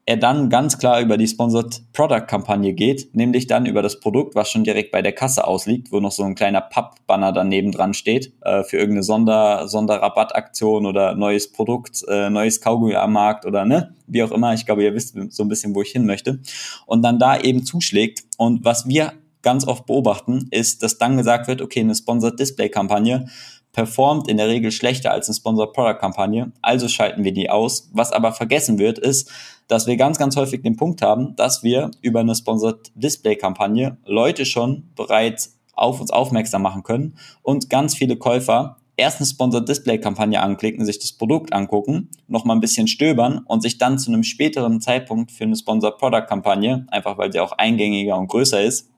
er dann ganz klar über die Sponsored Product Kampagne geht, nämlich dann über das Produkt, was schon direkt bei der Kasse ausliegt, wo noch so ein kleiner Pappbanner daneben dran steht, äh, für irgendeine Sonder, Sonderrabattaktion oder neues Produkt, äh, neues Kaugummi am Markt oder ne, wie auch immer. Ich glaube, ihr wisst so ein bisschen, wo ich hin möchte. Und dann da eben zuschlägt. Und was wir ganz oft beobachten, ist, dass dann gesagt wird, okay, eine Sponsored Display Kampagne performt in der Regel schlechter als eine Sponsored Product Kampagne, also schalten wir die aus. Was aber vergessen wird, ist, dass wir ganz, ganz häufig den Punkt haben, dass wir über eine Sponsored Display Kampagne Leute schon bereits auf uns aufmerksam machen können und ganz viele Käufer erst eine Sponsored Display Kampagne anklicken, sich das Produkt angucken, nochmal ein bisschen stöbern und sich dann zu einem späteren Zeitpunkt für eine Sponsored Product Kampagne, einfach weil sie auch eingängiger und größer ist,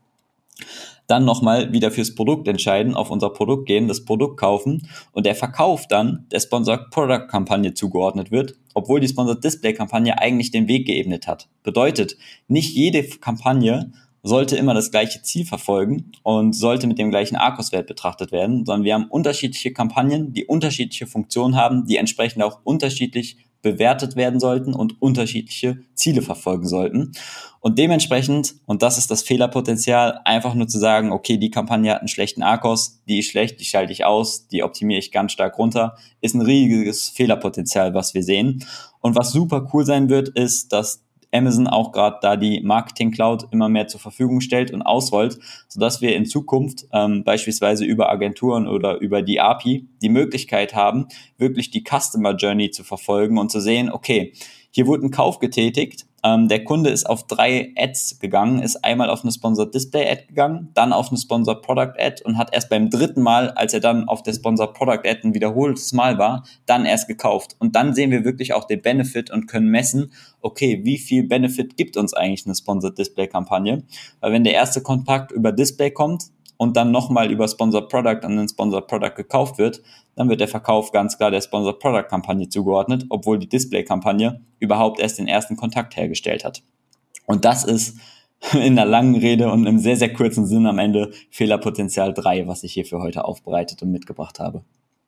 dann nochmal wieder fürs Produkt entscheiden, auf unser Produkt gehen, das Produkt kaufen und der Verkauf dann der Sponsored Product Kampagne zugeordnet wird, obwohl die Sponsored Display Kampagne eigentlich den Weg geebnet hat. Bedeutet, nicht jede Kampagne sollte immer das gleiche Ziel verfolgen und sollte mit dem gleichen A K O S-Wert betrachtet werden, sondern wir haben unterschiedliche Kampagnen, die unterschiedliche Funktionen haben, die entsprechend auch unterschiedlich bewertet werden sollten und unterschiedliche Ziele verfolgen sollten. Und dementsprechend, und das ist das Fehlerpotenzial, einfach nur zu sagen, okay, die Kampagne hat einen schlechten A K O S, die ist schlecht, die schalte ich aus, die optimiere ich ganz stark runter, ist ein riesiges Fehlerpotenzial, was wir sehen. Und was super cool sein wird, ist, dass Amazon auch gerade da die Marketing Cloud immer mehr zur Verfügung stellt und ausrollt, sodass wir in Zukunft ähm, beispielsweise über Agenturen oder über die A P I die Möglichkeit haben, wirklich die Customer Journey zu verfolgen und zu sehen, okay, hier wurde ein Kauf getätigt, ähm, der Kunde ist auf drei Ads gegangen, ist einmal auf eine Sponsored Display Ad gegangen, dann auf eine Sponsored Product Ad und hat erst beim dritten Mal, als er dann auf der Sponsored Product Ad ein wiederholtes Mal war, dann erst gekauft. Und dann sehen wir wirklich auch den Benefit und können messen, okay, wie viel Benefit gibt uns eigentlich eine Sponsored Display Kampagne? Weil wenn der erste Kontakt über Display kommt und dann nochmal über Sponsored Product an den Sponsored Product gekauft wird, dann wird der Verkauf ganz klar der Sponsored Product Kampagne zugeordnet, obwohl die Display Kampagne überhaupt erst den ersten Kontakt hergestellt hat. Und das ist in einer langen Rede und im sehr, sehr kurzen Sinn am Ende Fehlerpotenzial drei, was ich hier für heute aufbereitet und mitgebracht habe.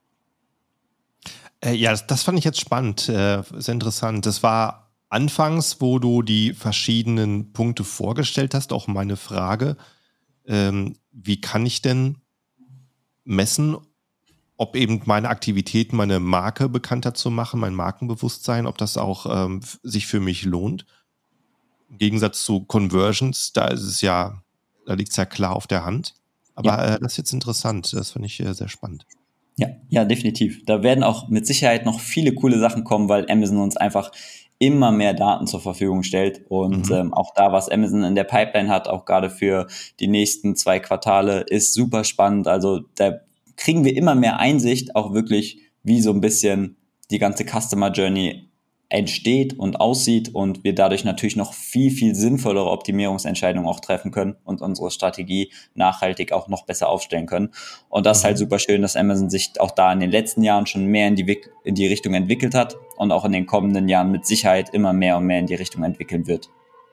Äh, ja, das, das fand ich jetzt spannend, äh, sehr interessant. Das war anfangs, wo du die verschiedenen Punkte vorgestellt hast, auch meine Frage, ähm, wie kann ich denn messen, ob eben meine Aktivität, meine Marke bekannter zu machen, mein Markenbewusstsein, ob das auch ähm, f- sich für mich lohnt. Im Gegensatz zu Conversions, da ist es ja, da liegt es ja klar auf der Hand. Aber Ja. äh, das ist jetzt interessant, das finde ich äh, sehr spannend. Ja, ja, definitiv. Da werden auch mit Sicherheit noch viele coole Sachen kommen, weil Amazon uns einfach immer mehr Daten zur Verfügung stellt und Mhm. ähm, auch da, was Amazon in der Pipeline hat, auch gerade für die nächsten zwei Quartale, ist super spannend. Also da kriegen wir immer mehr Einsicht, auch wirklich, wie so ein bisschen die ganze Customer Journey entsteht und aussieht und wir dadurch natürlich noch viel, viel sinnvollere Optimierungsentscheidungen auch treffen können und unsere Strategie nachhaltig auch noch besser aufstellen können. Und das ist halt Mhm. super schön, dass Amazon sich auch da in den letzten Jahren schon mehr in die, Wick- in die Richtung entwickelt hat und auch in den kommenden Jahren mit Sicherheit immer mehr und mehr in die Richtung entwickeln wird.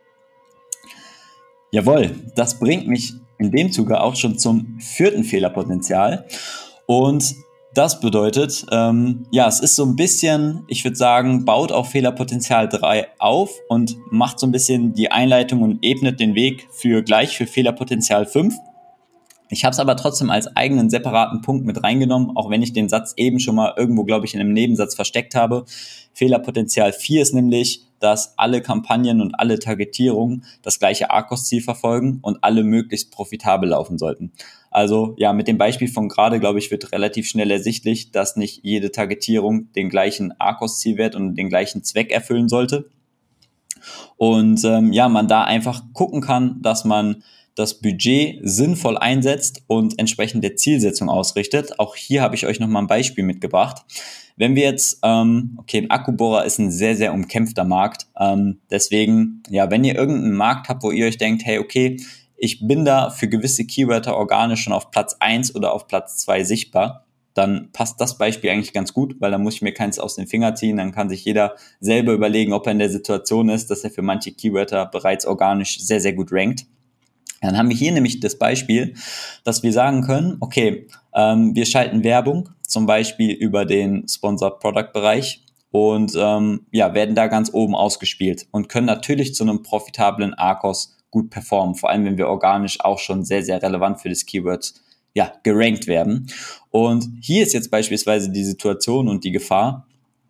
Jawohl, das bringt mich in dem Zuge auch schon zum vierten Fehlerpotenzial. Und das bedeutet, ähm, ja, es ist so ein bisschen, ich würde sagen, baut auf Fehlerpotenzial drei auf und macht so ein bisschen die Einleitung und ebnet den Weg für gleich für Fehlerpotenzial fünf. Ich habe es aber trotzdem als eigenen separaten Punkt mit reingenommen, auch wenn ich den Satz eben schon mal irgendwo, glaube ich, in einem Nebensatz versteckt habe. Fehlerpotenzial vier ist nämlich, dass alle Kampagnen und alle Targetierungen das gleiche A K O S-Ziel verfolgen und alle möglichst profitabel laufen sollten. Also ja, mit dem Beispiel von gerade, glaube ich, wird relativ schnell ersichtlich, dass nicht jede Targetierung den gleichen A K O S-Zielwert und den gleichen Zweck erfüllen sollte. Und ähm, ja, man da einfach gucken kann, dass man das Budget sinnvoll einsetzt und entsprechend der Zielsetzung ausrichtet. Auch hier habe ich euch nochmal ein Beispiel mitgebracht. Wenn wir jetzt, ähm, okay, ein Akkubohrer ist ein sehr, sehr umkämpfter Markt. Ähm, deswegen, ja, wenn ihr irgendeinen Markt habt, wo ihr euch denkt, hey, okay, ich bin da für gewisse Keywörter organisch schon auf Platz eins oder auf Platz zwei sichtbar, dann passt das Beispiel eigentlich ganz gut, weil dann muss ich mir keins aus den Fingern ziehen. Dann kann sich jeder selber überlegen, ob er in der Situation ist, dass er für manche Keywörter bereits organisch sehr, sehr gut rankt. Dann haben wir hier nämlich das Beispiel, dass wir sagen können, okay, ähm, wir schalten Werbung, zum Beispiel über den Sponsored Product Bereich und ähm, ja, werden da ganz oben ausgespielt und können natürlich zu einem profitablen A R C O S gut performen, vor allem wenn wir organisch auch schon sehr, sehr relevant für das Keyword ja, gerankt werden. Und hier ist jetzt beispielsweise die Situation und die Gefahr,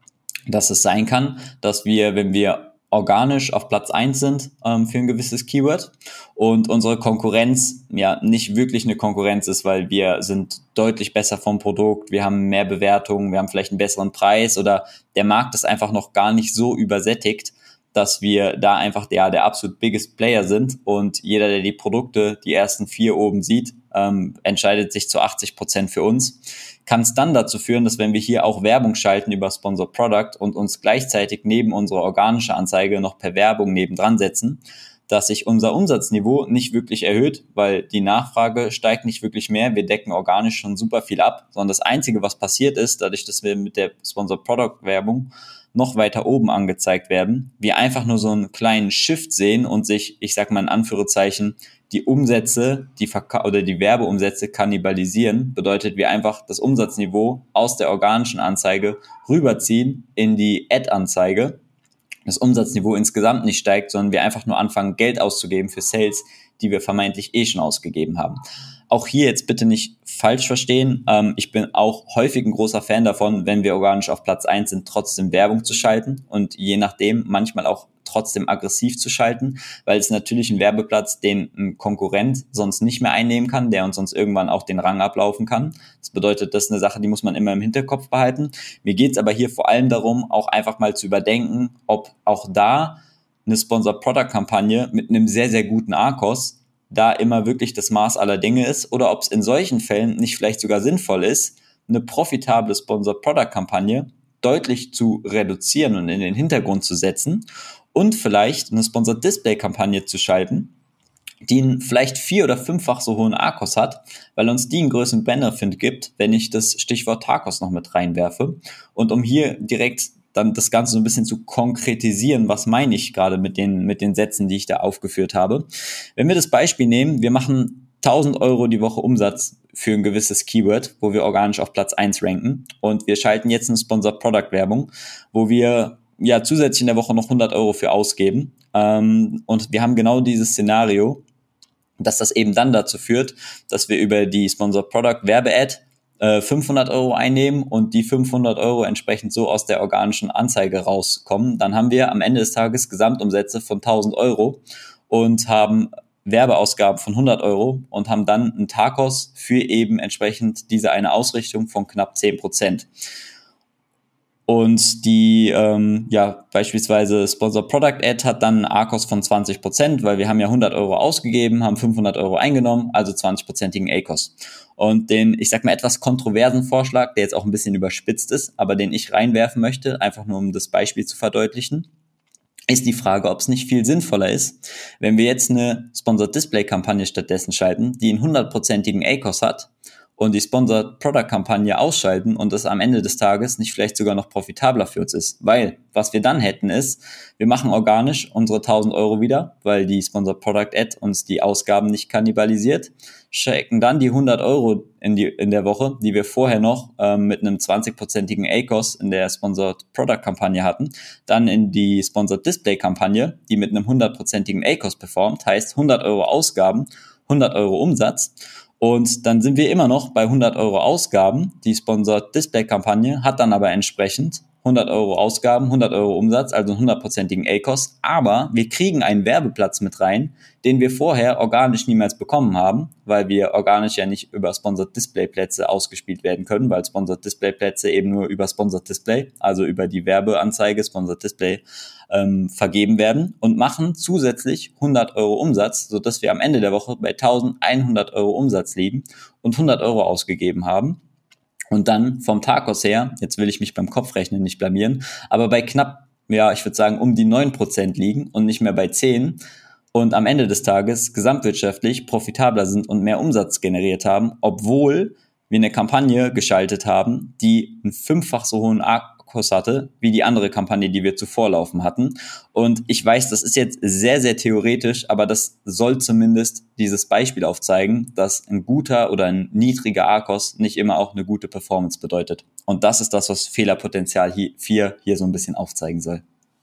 dass es sein kann, dass wir, wenn wir organisch auf Platz eins sind ähm, für ein gewisses Keyword und unsere Konkurrenz ja nicht wirklich eine Konkurrenz ist, weil wir sind deutlich besser vom Produkt, wir haben mehr Bewertungen, wir haben vielleicht einen besseren Preis oder der Markt ist einfach noch gar nicht so übersättigt, dass wir da einfach der, der absolut biggest Player sind und jeder, der die Produkte, die ersten vier oben sieht, ähm, entscheidet sich zu achtzig Prozent für uns, kann es dann dazu führen, dass wenn wir hier auch Werbung schalten über Sponsored Product und uns gleichzeitig neben unserer organische Anzeige noch per Werbung nebendran setzen, dass sich unser Umsatzniveau nicht wirklich erhöht, weil die Nachfrage steigt nicht wirklich mehr. Wir decken organisch schon super viel ab, sondern das Einzige, was passiert ist, dadurch, dass wir mit der Sponsored Product Werbung noch weiter oben angezeigt werden, wir einfach nur so einen kleinen Shift sehen und sich, ich sag mal in Anführungszeichen, die Umsätze, die Verka- oder die Werbeumsätze kannibalisieren, bedeutet wir einfach das Umsatzniveau aus der organischen Anzeige rüberziehen in die Ad-Anzeige. Das Umsatzniveau insgesamt nicht steigt, sondern wir einfach nur anfangen, Geld auszugeben für Sales, die wir vermeintlich eh schon ausgegeben haben. Auch hier jetzt bitte nicht falsch verstehen. Ähm, ich bin auch häufig ein großer Fan davon, wenn wir organisch auf Platz eins sind, trotzdem Werbung zu schalten und je nachdem manchmal auch trotzdem aggressiv zu schalten, weil es natürlich ein Werbeplatz, den ein Konkurrent sonst nicht mehr einnehmen kann, der uns sonst irgendwann auch den Rang ablaufen kann. Das bedeutet, das ist eine Sache, die muss man immer im Hinterkopf behalten. Mir geht es aber hier vor allem darum, auch einfach mal zu überdenken, ob auch da eine Sponsor-Product-Kampagne mit einem sehr, sehr guten A R C O S da immer wirklich das Maß aller Dinge ist oder ob es in solchen Fällen nicht vielleicht sogar sinnvoll ist, eine profitable Sponsor-Product-Kampagne deutlich zu reduzieren und in den Hintergrund zu setzen und vielleicht eine Sponsor-Display-Kampagne zu schalten, die einen vielleicht vier- oder fünffach so hohen A R C O S hat, weil uns die einen größeren Benefit gibt, wenn ich das Stichwort A R C O S noch mit reinwerfe. Und um hier direkt dann das Ganze so ein bisschen zu konkretisieren, was meine ich gerade mit den, mit den Sätzen, die ich da aufgeführt habe. Wenn wir das Beispiel nehmen, wir machen tausend Euro die Woche Umsatz für ein gewisses Keyword, wo wir organisch auf Platz eins ranken und wir schalten jetzt eine Sponsor-Product-Werbung, wo wir ja zusätzlich in der Woche noch hundert Euro für ausgeben ähm, und wir haben genau dieses Szenario, dass das eben dann dazu führt, dass wir über die Sponsor-Product-Werbe-Ad fünfhundert Euro einnehmen und die fünfhundert Euro entsprechend so aus der organischen Anzeige rauskommen, dann haben wir am Ende des Tages Gesamtumsätze von tausend Euro und haben Werbeausgaben von hundert Euro und haben dann einen T A C O S für eben entsprechend diese eine Ausrichtung von knapp zehn Prozent. Und die, ähm, ja, beispielsweise Sponsor Product Ad hat dann einen A R C O S von zwanzig Prozent, weil wir haben ja hundert Euro ausgegeben, haben fünfhundert Euro eingenommen, also zwanzig-prozentigen A R C O S. Und den, ich sag mal, etwas kontroversen Vorschlag, der jetzt auch ein bisschen überspitzt ist, aber den ich reinwerfen möchte, einfach nur um das Beispiel zu verdeutlichen, ist die Frage, ob es nicht viel sinnvoller ist, wenn wir jetzt eine Sponsored Display Kampagne stattdessen schalten, die einen hundertprozentigen A R C O S hat, und die Sponsored Product Kampagne ausschalten und es am Ende des Tages nicht vielleicht sogar noch profitabler für uns ist. Weil, was wir dann hätten ist, wir machen organisch unsere tausend Euro wieder, weil die Sponsored Product Ad uns die Ausgaben nicht kannibalisiert, checken dann die hundert Euro in, die, in der Woche, die wir vorher noch ähm, mit einem zwanzig-prozentigen A R C O S in der Sponsored Product Kampagne hatten, dann in die Sponsored Display Kampagne, die mit einem hundertprozentigen A R C O S performt, heißt hundert Euro Ausgaben, hundert Euro Umsatz. Und dann sind wir immer noch bei hundert Euro Ausgaben. Die Sponsored Display Kampagne hat dann aber entsprechend hundert Euro Ausgaben, hundert Euro Umsatz, also einen hundertprozentigen A R C O S. Aber wir kriegen einen Werbeplatz mit rein, den wir vorher organisch niemals bekommen haben, weil wir organisch ja nicht über Sponsored Display Plätze ausgespielt werden können, weil Sponsored Display Plätze eben nur über Sponsored Display, also über die Werbeanzeige Sponsored Display ähm, vergeben werden und machen zusätzlich hundert Euro Umsatz, sodass wir am Ende der Woche bei eintausendeinhundert Euro Umsatz liegen und hundert Euro ausgegeben haben. Und dann vom T A C O S her, jetzt will ich mich beim Kopfrechnen nicht blamieren, aber bei knapp, ja, ich würde sagen, um die neun Prozent liegen und nicht mehr bei zehn und am Ende des Tages gesamtwirtschaftlich profitabler sind und mehr Umsatz generiert haben, obwohl wir eine Kampagne geschaltet haben, die einen fünffach so hohen A R C Akkus hatte, wie die andere Kampagne, die wir zuvor laufen hatten. Und ich weiß, das ist jetzt sehr, sehr theoretisch, aber das soll zumindest dieses Beispiel aufzeigen, dass ein guter oder ein niedriger A K O S nicht immer auch eine gute Performance bedeutet. Und das ist das, was Fehlerpotenzial vier hier so ein bisschen aufzeigen soll.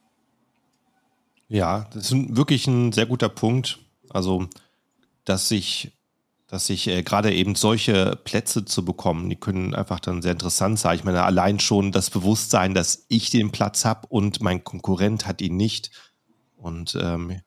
Ja, das ist wirklich ein sehr guter Punkt. Also, dass sich dass sich äh, gerade eben solche Plätze zu bekommen, die können einfach dann sehr interessant sein. Ich meine, allein schon das Bewusstsein, dass ich den Platz habe und mein Konkurrent hat ihn nicht. Und ähm,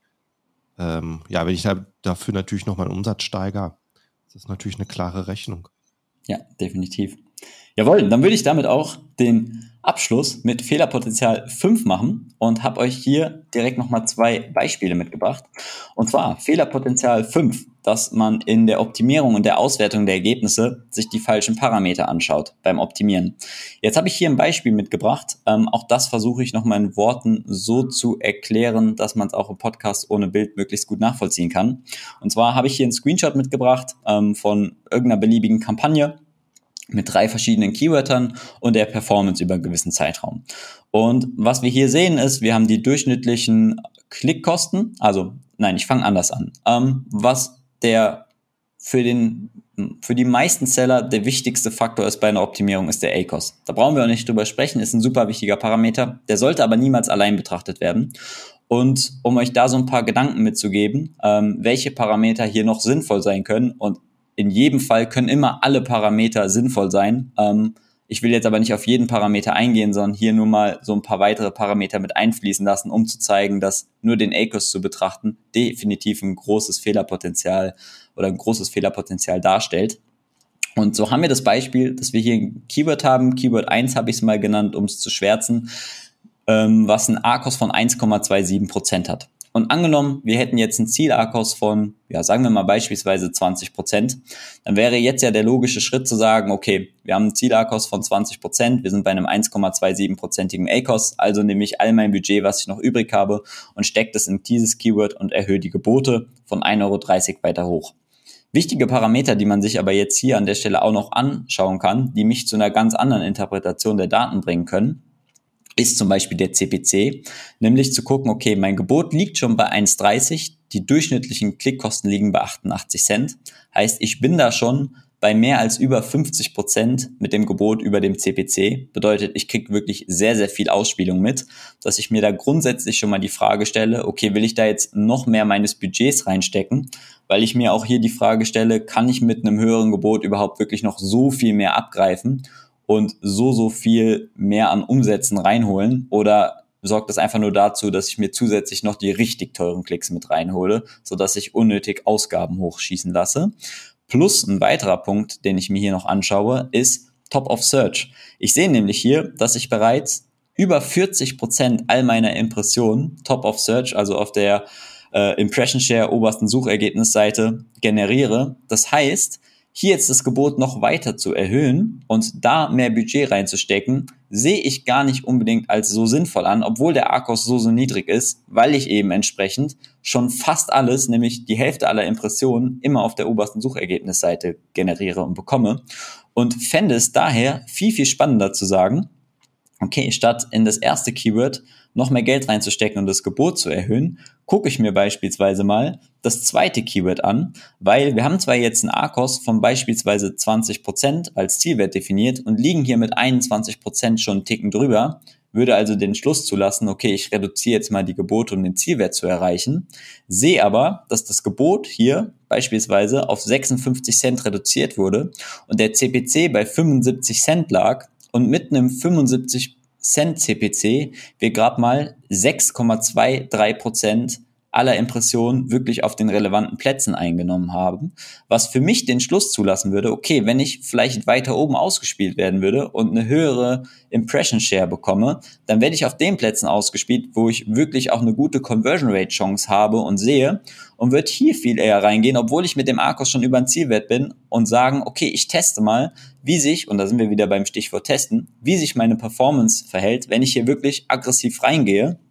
ähm, ja, wenn ich da, dafür natürlich noch meinen Umsatz steigere, das ist natürlich eine klare Rechnung. Ja, definitiv. Jawohl, dann würde ich damit auch den Abschluss mit Fehlerpotenzial fünf machen und habe euch hier direkt nochmal zwei Beispiele mitgebracht. Und zwar Fehlerpotenzial fünf, dass man in der Optimierung und der Auswertung der Ergebnisse sich die falschen Parameter anschaut beim Optimieren. Jetzt habe ich hier ein Beispiel mitgebracht. Ähm, auch das versuche ich nochmal in Worten so zu erklären, dass man es auch im Podcast ohne Bild möglichst gut nachvollziehen kann. Und zwar habe ich hier einen Screenshot mitgebracht ähm, von irgendeiner beliebigen Kampagne mit drei verschiedenen Keywörtern und der Performance über einen gewissen Zeitraum. Und was wir hier sehen ist, wir haben die durchschnittlichen Klickkosten, also nein, ich fange anders an. Ähm, was der für den für die meisten Seller der wichtigste Faktor ist bei einer Optimierung, ist der A K O S. Da brauchen wir auch nicht drüber sprechen, ist ein super wichtiger Parameter, der sollte aber niemals allein betrachtet werden. Und um euch da so ein paar Gedanken mitzugeben, ähm, welche Parameter hier noch sinnvoll sein können, und in jedem Fall können immer alle Parameter sinnvoll sein. Ähm, ich will jetzt aber nicht auf jeden Parameter eingehen, sondern hier nur mal so ein paar weitere Parameter mit einfließen lassen, um zu zeigen, dass nur den A K O S zu betrachten definitiv ein großes Fehlerpotenzial oder ein großes Fehlerpotenzial darstellt. Und so haben wir das Beispiel, dass wir hier ein Keyword haben. Keyword eins habe ich es mal genannt, um es zu schwärzen, ähm, was ein A K O S von eins Komma siebenundzwanzig Prozent hat. Und angenommen, wir hätten jetzt ein Ziel-A K O S von, ja, sagen wir mal beispielsweise zwanzig Prozent, dann wäre jetzt ja der logische Schritt zu sagen, okay, wir haben ein Ziel-A K O S von zwanzig Prozent, wir sind bei einem eins Komma siebenundzwanzig-prozentigen A K O S, also nehme ich all mein Budget, was ich noch übrig habe, und stecke das in dieses Keyword und erhöhe die Gebote von ein Euro dreißig weiter hoch. Wichtige Parameter, die man sich aber jetzt hier an der Stelle auch noch anschauen kann, die mich zu einer ganz anderen Interpretation der Daten bringen können, ist zum Beispiel der C P C, nämlich zu gucken, okay, mein Gebot liegt schon bei eins Komma dreißig, die durchschnittlichen Klickkosten liegen bei achtundachtzig Cent, heißt, ich bin da schon bei mehr als über fünfzig Prozent mit dem Gebot über dem C P C, bedeutet, ich kriege wirklich sehr, sehr viel Ausspielung mit, dass ich mir da grundsätzlich schon mal die Frage stelle, okay, will ich da jetzt noch mehr meines Budgets reinstecken, weil ich mir auch hier die Frage stelle, kann ich mit einem höheren Gebot überhaupt wirklich noch so viel mehr abgreifen und so, so viel mehr an Umsätzen reinholen, oder sorgt das einfach nur dazu, dass ich mir zusätzlich noch die richtig teuren Klicks mit reinhole, sodass ich unnötig Ausgaben hochschießen lasse. Plus ein weiterer Punkt, den ich mir hier noch anschaue, ist Top of Search. Ich sehe nämlich hier, dass ich bereits über vierzig Prozent all meiner Impressionen Top of Search, also auf der äh, Impression Share obersten Suchergebnisseite, generiere. Das heißt, hier jetzt das Gebot noch weiter zu erhöhen und da mehr Budget reinzustecken, sehe ich gar nicht unbedingt als so sinnvoll an, obwohl der A K O S so, so niedrig ist, weil ich eben entsprechend schon fast alles, nämlich die Hälfte aller Impressionen, immer auf der obersten Suchergebnisseite generiere und bekomme. Und fände es daher viel, viel spannender zu sagen, okay, statt in das erste Keyword noch mehr Geld reinzustecken und das Gebot zu erhöhen, gucke ich mir beispielsweise mal das zweite Keyword an, weil wir haben zwar jetzt einen A K O S von beispielsweise zwanzig Prozent als Zielwert definiert und liegen hier mit einundzwanzig Prozent schon einen Ticken drüber, würde also den Schluss zulassen, okay, ich reduziere jetzt mal die Gebote, um den Zielwert zu erreichen, sehe aber, dass das Gebot hier beispielsweise auf sechsundfünfzig Cent reduziert wurde und der C P C bei fünfundsiebzig Cent lag und mit einem fünfundsiebzig Cent C P C wir gerade mal sechs Komma dreiundzwanzig Prozent aller Impressionen wirklich auf den relevanten Plätzen eingenommen haben, was für mich den Schluss zulassen würde, okay, wenn ich vielleicht weiter oben ausgespielt werden würde und eine höhere Impression Share bekomme, dann werde ich auf den Plätzen ausgespielt, wo ich wirklich auch eine gute Conversion Rate Chance habe und sehe, und wird hier viel eher reingehen, obwohl ich mit dem A K O S schon über den Zielwert bin, und sagen, okay, ich teste mal, wie sich, und da sind wir wieder beim Stichwort testen, wie sich meine Performance verhält, wenn ich hier wirklich aggressiv reingehe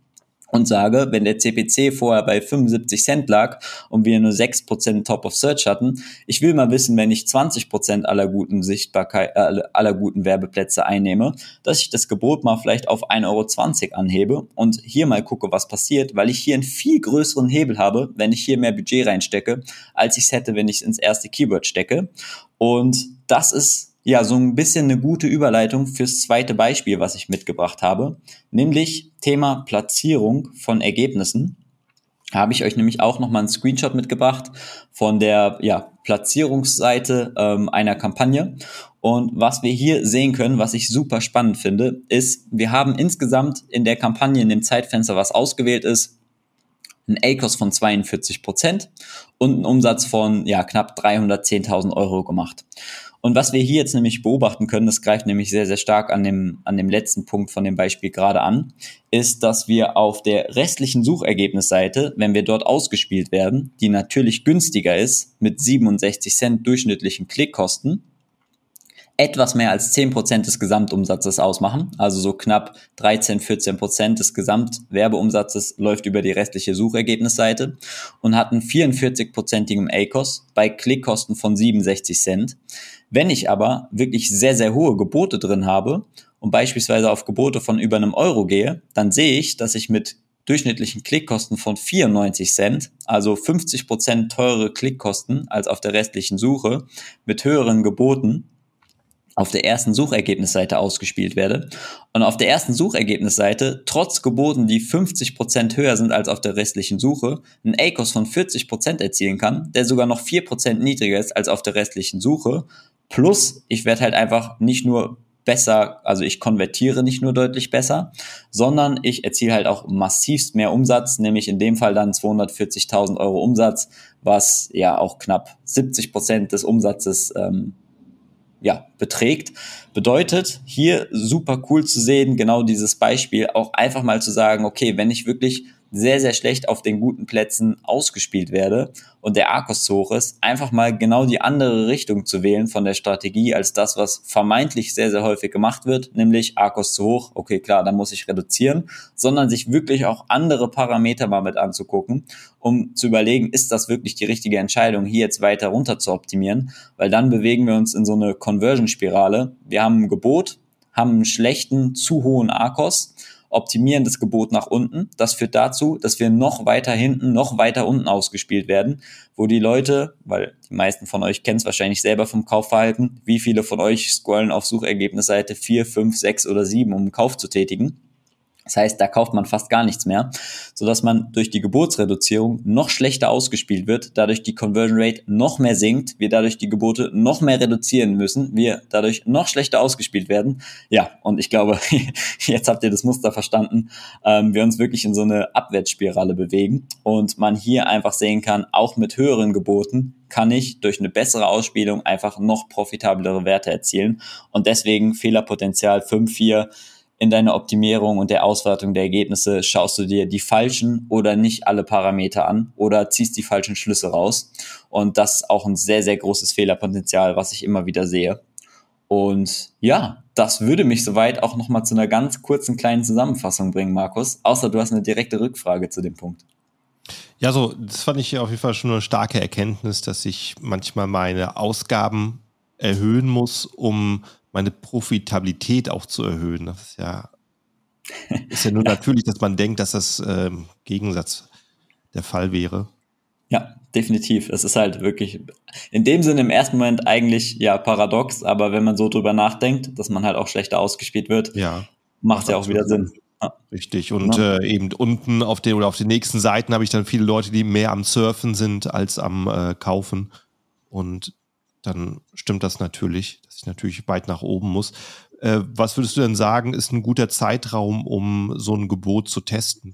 und sage, wenn der C P C vorher bei fünfundsiebzig Cent lag und wir nur sechs Prozent Top of Search hatten, ich will mal wissen, wenn ich zwanzig Prozent aller guten Sichtbarkeit, äh, aller guten Werbeplätze einnehme, dass ich das Gebot mal vielleicht auf ein Euro zwanzig anhebe und hier mal gucke, was passiert, weil ich hier einen viel größeren Hebel habe, wenn ich hier mehr Budget reinstecke, als ich es hätte, wenn ich es ins erste Keyword stecke. Und das ist ja so ein bisschen eine gute Überleitung fürs zweite Beispiel, was ich mitgebracht habe, nämlich Thema Platzierung von Ergebnissen. Da habe ich euch nämlich auch nochmal einen Screenshot mitgebracht von der ja, Platzierungsseite ähm, einer Kampagne. Und was wir hier sehen können, was ich super spannend finde, ist, wir haben insgesamt in der Kampagne, in dem Zeitfenster, was ausgewählt ist, ein A C O S von zweiundvierzig Prozent und einen Umsatz von ja, knapp dreihundertzehntausend Euro gemacht. Und was wir hier jetzt nämlich beobachten können, das greift nämlich sehr, sehr stark an dem, an dem letzten Punkt von dem Beispiel gerade an, ist, dass wir auf der restlichen Suchergebnisseite, wenn wir dort ausgespielt werden, die natürlich günstiger ist, mit siebenundsechzig Cent durchschnittlichen Klickkosten, etwas mehr als zehn Prozent des Gesamtumsatzes ausmachen, also so knapp dreizehn, vierzehn Prozent des Gesamtwerbeumsatzes läuft über die restliche Suchergebnisseite und hat einen vierundvierzig-prozentigen A C O S bei Klickkosten von siebenundsechzig Cent. Wenn ich aber wirklich sehr, sehr hohe Gebote drin habe und beispielsweise auf Gebote von über einem Euro gehe, dann sehe ich, dass ich mit durchschnittlichen Klickkosten von vierundneunzig Cent, also fünfzig Prozent teurere Klickkosten als auf der restlichen Suche, mit höheren Geboten auf der ersten Suchergebnisseite ausgespielt werde und auf der ersten Suchergebnisseite trotz Geboten, die fünfzig Prozent höher sind als auf der restlichen Suche, einen A C O S von vierzig Prozent erzielen kann, der sogar noch vier Prozent niedriger ist als auf der restlichen Suche. Plus, ich werde halt einfach nicht nur besser, also ich konvertiere nicht nur deutlich besser, sondern ich erziele halt auch massivst mehr Umsatz, nämlich in dem Fall dann zweihundertvierzigtausend Euro Umsatz, was ja auch knapp siebzig Prozent des Umsatzes ähm, ja, beträgt. Bedeutet, hier super cool zu sehen, genau dieses Beispiel, auch einfach mal zu sagen, okay, wenn ich wirklich sehr, sehr schlecht auf den guten Plätzen ausgespielt werde und der A C O S zu hoch ist, einfach mal genau die andere Richtung zu wählen von der Strategie als das, was vermeintlich sehr, sehr häufig gemacht wird, nämlich A C O S zu hoch, okay, klar, dann muss ich reduzieren, sondern sich wirklich auch andere Parameter mal mit anzugucken, um zu überlegen, ist das wirklich die richtige Entscheidung, hier jetzt weiter runter zu optimieren, weil dann bewegen wir uns in so eine Conversion-Spirale. Wir haben ein Gebot, haben einen schlechten, zu hohen A C O S, optimieren das Gebot nach unten. Das führt dazu, dass wir noch weiter hinten, noch weiter unten ausgespielt werden, wo die Leute, weil die meisten von euch kennen es wahrscheinlich selber vom Kaufverhalten, wie viele von euch scrollen auf Suchergebnisseite vier, fünf, sechs oder sieben, um einen Kauf zu tätigen. Das heißt, da kauft man fast gar nichts mehr, sodass man durch die Gebotsreduzierung noch schlechter ausgespielt wird, dadurch die Conversion Rate noch mehr sinkt, wir dadurch die Gebote noch mehr reduzieren müssen, wir dadurch noch schlechter ausgespielt werden. Ja, und ich glaube, jetzt habt ihr das Muster verstanden, ähm, wir uns wirklich in so eine Abwärtsspirale bewegen und man hier einfach sehen kann, auch mit höheren Geboten kann ich durch eine bessere Ausspielung einfach noch profitablere Werte erzielen und deswegen Fehlerpotenzial fünf, vier in deiner Optimierung und der Auswertung der Ergebnisse schaust du dir die falschen oder nicht alle Parameter an oder ziehst die falschen Schlüsse raus. Und das ist auch ein sehr, sehr großes Fehlerpotenzial, was ich immer wieder sehe. Und ja, das würde mich soweit auch nochmal zu einer ganz kurzen kleinen Zusammenfassung bringen, Markus. Außer du hast eine direkte Rückfrage zu dem Punkt. Ja, so, das fand ich auf jeden Fall schon eine starke Erkenntnis, dass ich manchmal meine Ausgaben erhöhen muss, um meine Profitabilität auch zu erhöhen. Das ist ja, ist ja nur natürlich, dass man denkt, dass das äh, im Gegensatz der Fall wäre. Ja, definitiv. Es ist halt wirklich in dem Sinne im ersten Moment eigentlich ja paradox, aber wenn man so drüber nachdenkt, dass man halt auch schlechter ausgespielt wird, ja, macht ja auch wieder Sinn. Ja. Richtig. Und ja. äh, eben unten auf den oder auf den nächsten Seiten habe ich dann viele Leute, die mehr am Surfen sind als am äh, Kaufen. Und dann stimmt das natürlich, dass ich natürlich weit nach oben muss. Äh, was würdest du denn sagen, ist ein guter Zeitraum, um so ein Gebot zu testen?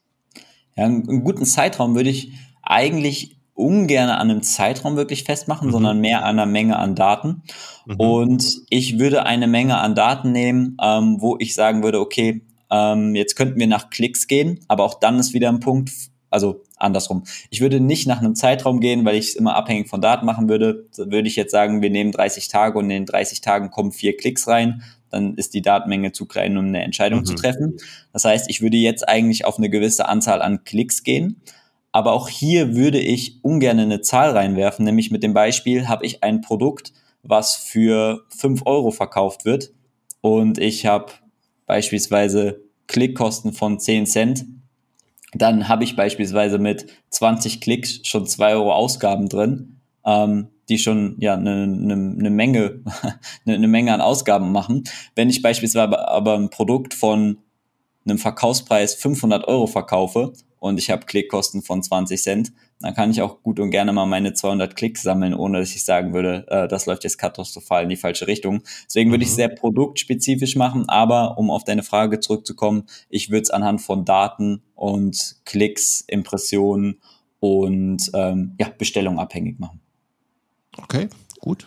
Ja, einen, einen guten Zeitraum würde ich eigentlich ungern an einem Zeitraum wirklich festmachen, mhm. sondern mehr an einer Menge an Daten. Mhm. Und ich würde eine Menge an Daten nehmen, ähm, wo ich sagen würde, okay, ähm, jetzt könnten wir nach Klicks gehen, aber auch dann ist wieder ein Punkt, also andersrum. Ich würde nicht nach einem Zeitraum gehen, weil ich es immer abhängig von Daten machen würde. Da würde ich jetzt sagen, wir nehmen dreißig Tage und in den dreißig Tagen kommen vier Klicks rein. dann ist die Datenmenge zu klein, um eine Entscheidung Mhm. zu treffen. Das heißt, ich würde jetzt eigentlich auf eine gewisse Anzahl an Klicks gehen. Aber auch hier würde ich ungern eine Zahl reinwerfen, nämlich mit dem Beispiel, habe ich ein Produkt, was für fünf Euro verkauft wird und ich habe beispielsweise Klickkosten von zehn Cent, dann habe ich beispielsweise mit zwanzig Klicks schon zwei Euro Ausgaben drin, ähm, die schon ja eine ne, ne Menge eine ne Menge an Ausgaben machen. Wenn ich beispielsweise aber ein Produkt von einem Verkaufspreis fünfhundert Euro verkaufe und ich habe Klickkosten von zwanzig Cent, dann kann ich auch gut und gerne mal meine zweihundert Klicks sammeln, ohne dass ich sagen würde, äh, das läuft jetzt katastrophal in die falsche Richtung. Deswegen würde mhm. ich sehr produktspezifisch machen, aber um auf deine Frage zurückzukommen, ich würde es anhand von Daten und Klicks, Impressionen und ähm, ja, Bestellungen abhängig machen. Okay, gut.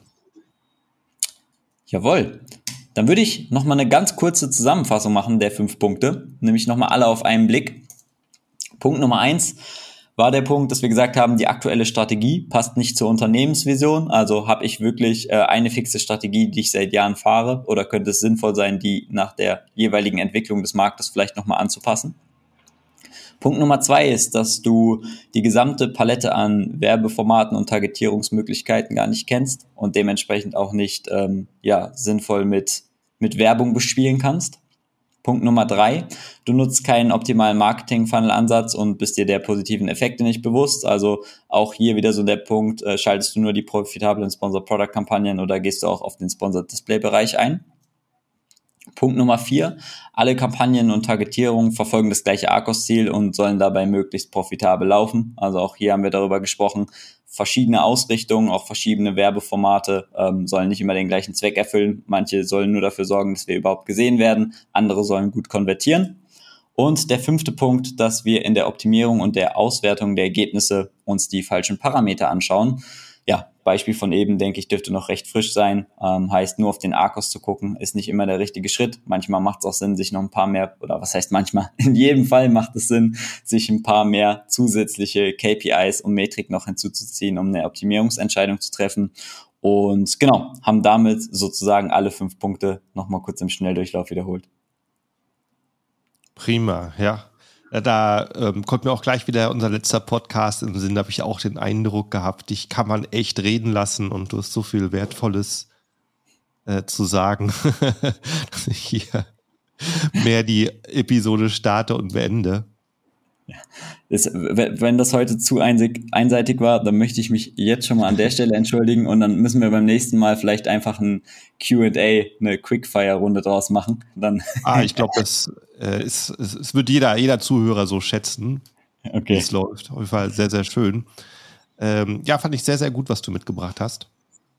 Jawohl. Dann würde ich nochmal eine ganz kurze Zusammenfassung machen der fünf Punkte, nämlich nochmal alle auf einen Blick. Punkt Nummer eins war der Punkt, dass wir gesagt haben, die aktuelle Strategie passt nicht zur Unternehmensvision. Also habe ich wirklich äh, eine fixe Strategie, die ich seit Jahren fahre, oder könnte es sinnvoll sein, die nach der jeweiligen Entwicklung des Marktes vielleicht nochmal anzupassen? Punkt Nummer zwei ist, dass du die gesamte Palette an Werbeformaten und Targetierungsmöglichkeiten gar nicht kennst und dementsprechend auch nicht ähm, ja, sinnvoll mit, mit Werbung bespielen kannst. Punkt Nummer drei, du nutzt keinen optimalen Marketing-Funnel-Ansatz und bist dir der positiven Effekte nicht bewusst. Also auch hier wieder so der Punkt, äh, schaltest du nur die profitablen Sponsor-Product-Kampagnen oder gehst du auch auf den Sponsor-Display-Bereich ein? Punkt Nummer vier, alle Kampagnen und Targetierungen verfolgen das gleiche A R C O S-Ziel und sollen dabei möglichst profitabel laufen. Also auch hier haben wir darüber gesprochen, verschiedene Ausrichtungen, auch verschiedene Werbeformate ähm, sollen nicht immer den gleichen Zweck erfüllen. Manche sollen nur dafür sorgen, dass wir überhaupt gesehen werden, andere sollen gut konvertieren. Und der fünfte Punkt, dass wir in der Optimierung und der Auswertung der Ergebnisse uns die falschen Parameter anschauen. Ja, Beispiel von eben, denke ich, dürfte noch recht frisch sein. Ähm, heißt, nur auf den A R C O S zu gucken, ist nicht immer der richtige Schritt. Manchmal macht es auch Sinn, sich noch ein paar mehr, oder was heißt manchmal? In jedem Fall macht es Sinn, sich ein paar mehr zusätzliche K P Is und Metrik noch hinzuzuziehen, um eine Optimierungsentscheidung zu treffen. Und genau, haben damit sozusagen alle fünf Punkte nochmal kurz im Schnelldurchlauf wiederholt. Prima, ja. Da ähm, kommt mir auch gleich wieder unser letzter Podcast im Sinn, da habe ich auch den Eindruck gehabt, dich kann man echt reden lassen und du hast so viel Wertvolles äh, zu sagen, dass ich hier mehr die Episode starte und beende. Ja. Das, wenn das heute zu einseitig war, dann möchte ich mich jetzt schon mal an der Stelle entschuldigen und dann müssen wir beim nächsten Mal vielleicht einfach ein Q and A, eine Quickfire-Runde draus machen. Dann ah, ich glaube, das äh, ist, es, es wird jeder, jeder Zuhörer so schätzen, okay, wie es läuft. Auf jeden Fall sehr, sehr schön. Ähm, ja, fand ich sehr, sehr gut, was du mitgebracht hast.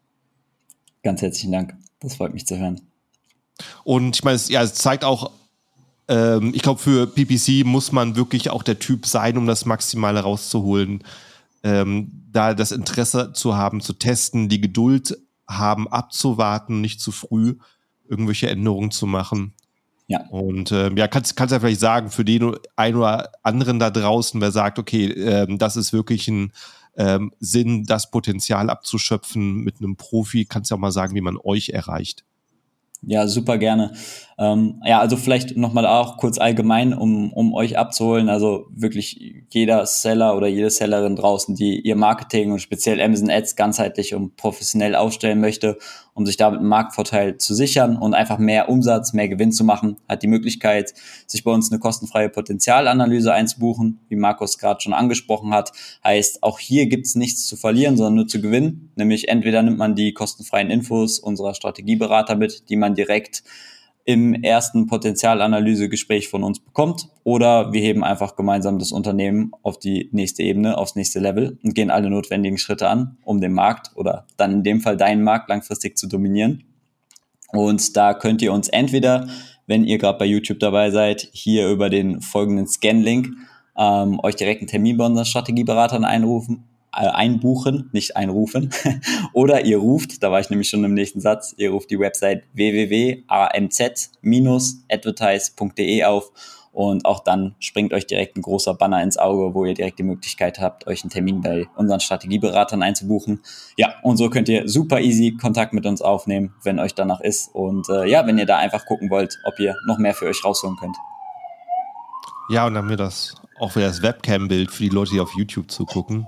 Ganz herzlichen Dank. Das freut mich zu hören. Und ich meine, es, ja, es zeigt auch, ähm, ich glaube, für P P C muss man wirklich auch der Typ sein, um das Maximale rauszuholen. Ähm, da das Interesse zu haben, zu testen, die Geduld haben, abzuwarten, nicht zu früh irgendwelche Änderungen zu machen. Ja. Und äh, ja, kannst kannst ja vielleicht sagen, für den einen oder anderen da draußen, wer sagt, okay, ähm, das ist wirklich ein ähm, Sinn, das Potenzial abzuschöpfen mit einem Profi, kannst ja auch mal sagen, wie man euch erreicht. Ja, super gerne. Ähm, ja, also vielleicht nochmal auch kurz allgemein, um, um euch abzuholen. Also wirklich jeder Seller oder jede Sellerin draußen, die ihr Marketing und speziell Amazon Ads ganzheitlich und professionell aufstellen möchte, um sich damit einen Marktvorteil zu sichern und einfach mehr Umsatz, mehr Gewinn zu machen, hat die Möglichkeit, sich bei uns eine kostenfreie Potenzialanalyse einzubuchen, wie Markus gerade schon angesprochen hat. Heißt, auch hier gibt's nichts zu verlieren, sondern nur zu gewinnen. Nämlich entweder nimmt man die kostenfreien Infos unserer Strategieberater mit, die man direkt im ersten Potenzialanalysegespräch von uns bekommt, oder wir heben einfach gemeinsam das Unternehmen auf die nächste Ebene, aufs nächste Level und gehen alle notwendigen Schritte an, um den Markt oder dann in dem Fall deinen Markt langfristig zu dominieren. Und da könnt ihr uns entweder, wenn ihr gerade bei YouTube dabei seid, hier über den folgenden Scan-Link ähm, euch direkt einen Termin bei unseren Strategieberatern einrufen, einbuchen, nicht einrufen, oder ihr ruft, da war ich nämlich schon im nächsten Satz, ihr ruft die Website w w w punkt a m z dash advertise punkt d e auf Und auch dann springt euch direkt ein großer Banner ins Auge, wo ihr direkt die Möglichkeit habt, euch einen Termin bei unseren Strategieberatern einzubuchen. Ja, und so könnt ihr super easy Kontakt mit uns aufnehmen, wenn euch danach ist. Und äh, ja, wenn ihr da einfach gucken wollt, ob ihr noch mehr für euch rausholen könnt. Ja, und dann haben wir das auch wieder das Webcam-Bild für die Leute, die auf YouTube zugucken.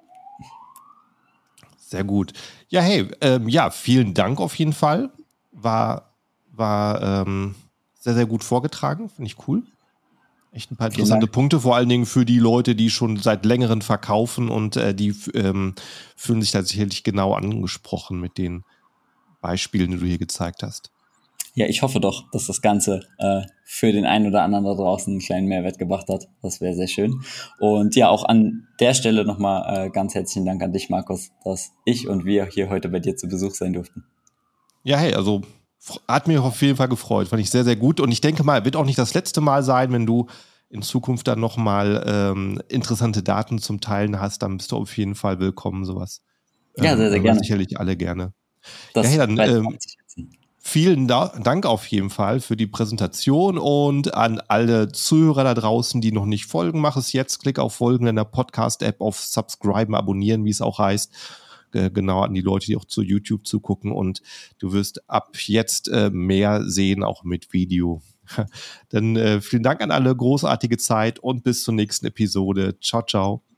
Sehr gut. Ja, hey, ähm, ja, vielen Dank auf jeden Fall. War, war ähm, sehr, sehr gut vorgetragen. Finde ich cool. Echt ein paar interessante Punkte, vor allen Dingen für die Leute, die schon seit längerem verkaufen und äh, die ähm, fühlen sich da sicherlich genau angesprochen mit den Beispielen, die du hier gezeigt hast. Ja, ich hoffe doch, dass das Ganze äh, für den einen oder anderen da draußen einen kleinen Mehrwert gebracht hat. Das wäre sehr schön. Und ja, auch an der Stelle nochmal äh, ganz herzlichen Dank an dich, Markus, dass ich und wir hier heute bei dir zu Besuch sein durften. Ja, hey, also hat mich auf jeden Fall gefreut. Fand ich sehr, sehr gut. Und ich denke mal, wird auch nicht das letzte Mal sein, wenn du in Zukunft dann nochmal ähm, interessante Daten zum Teilen hast, dann bist du auf jeden Fall willkommen, sowas. Ja, sehr, sehr ähm, gerne. Sicherlich alle gerne. Das ja, hey, dann ähm, vielen Dank auf jeden Fall für die Präsentation und an alle Zuhörer da draußen, die noch nicht folgen, mach es jetzt. Klick auf Folgen in der Podcast-App, auf Subscriben, abonnieren, wie es auch heißt. Genau, an die Leute, die auch zu YouTube zugucken, und du wirst ab jetzt äh, mehr sehen, auch mit Video. Dann äh, vielen Dank an alle, großartige Zeit und bis zur nächsten Episode. Ciao, ciao.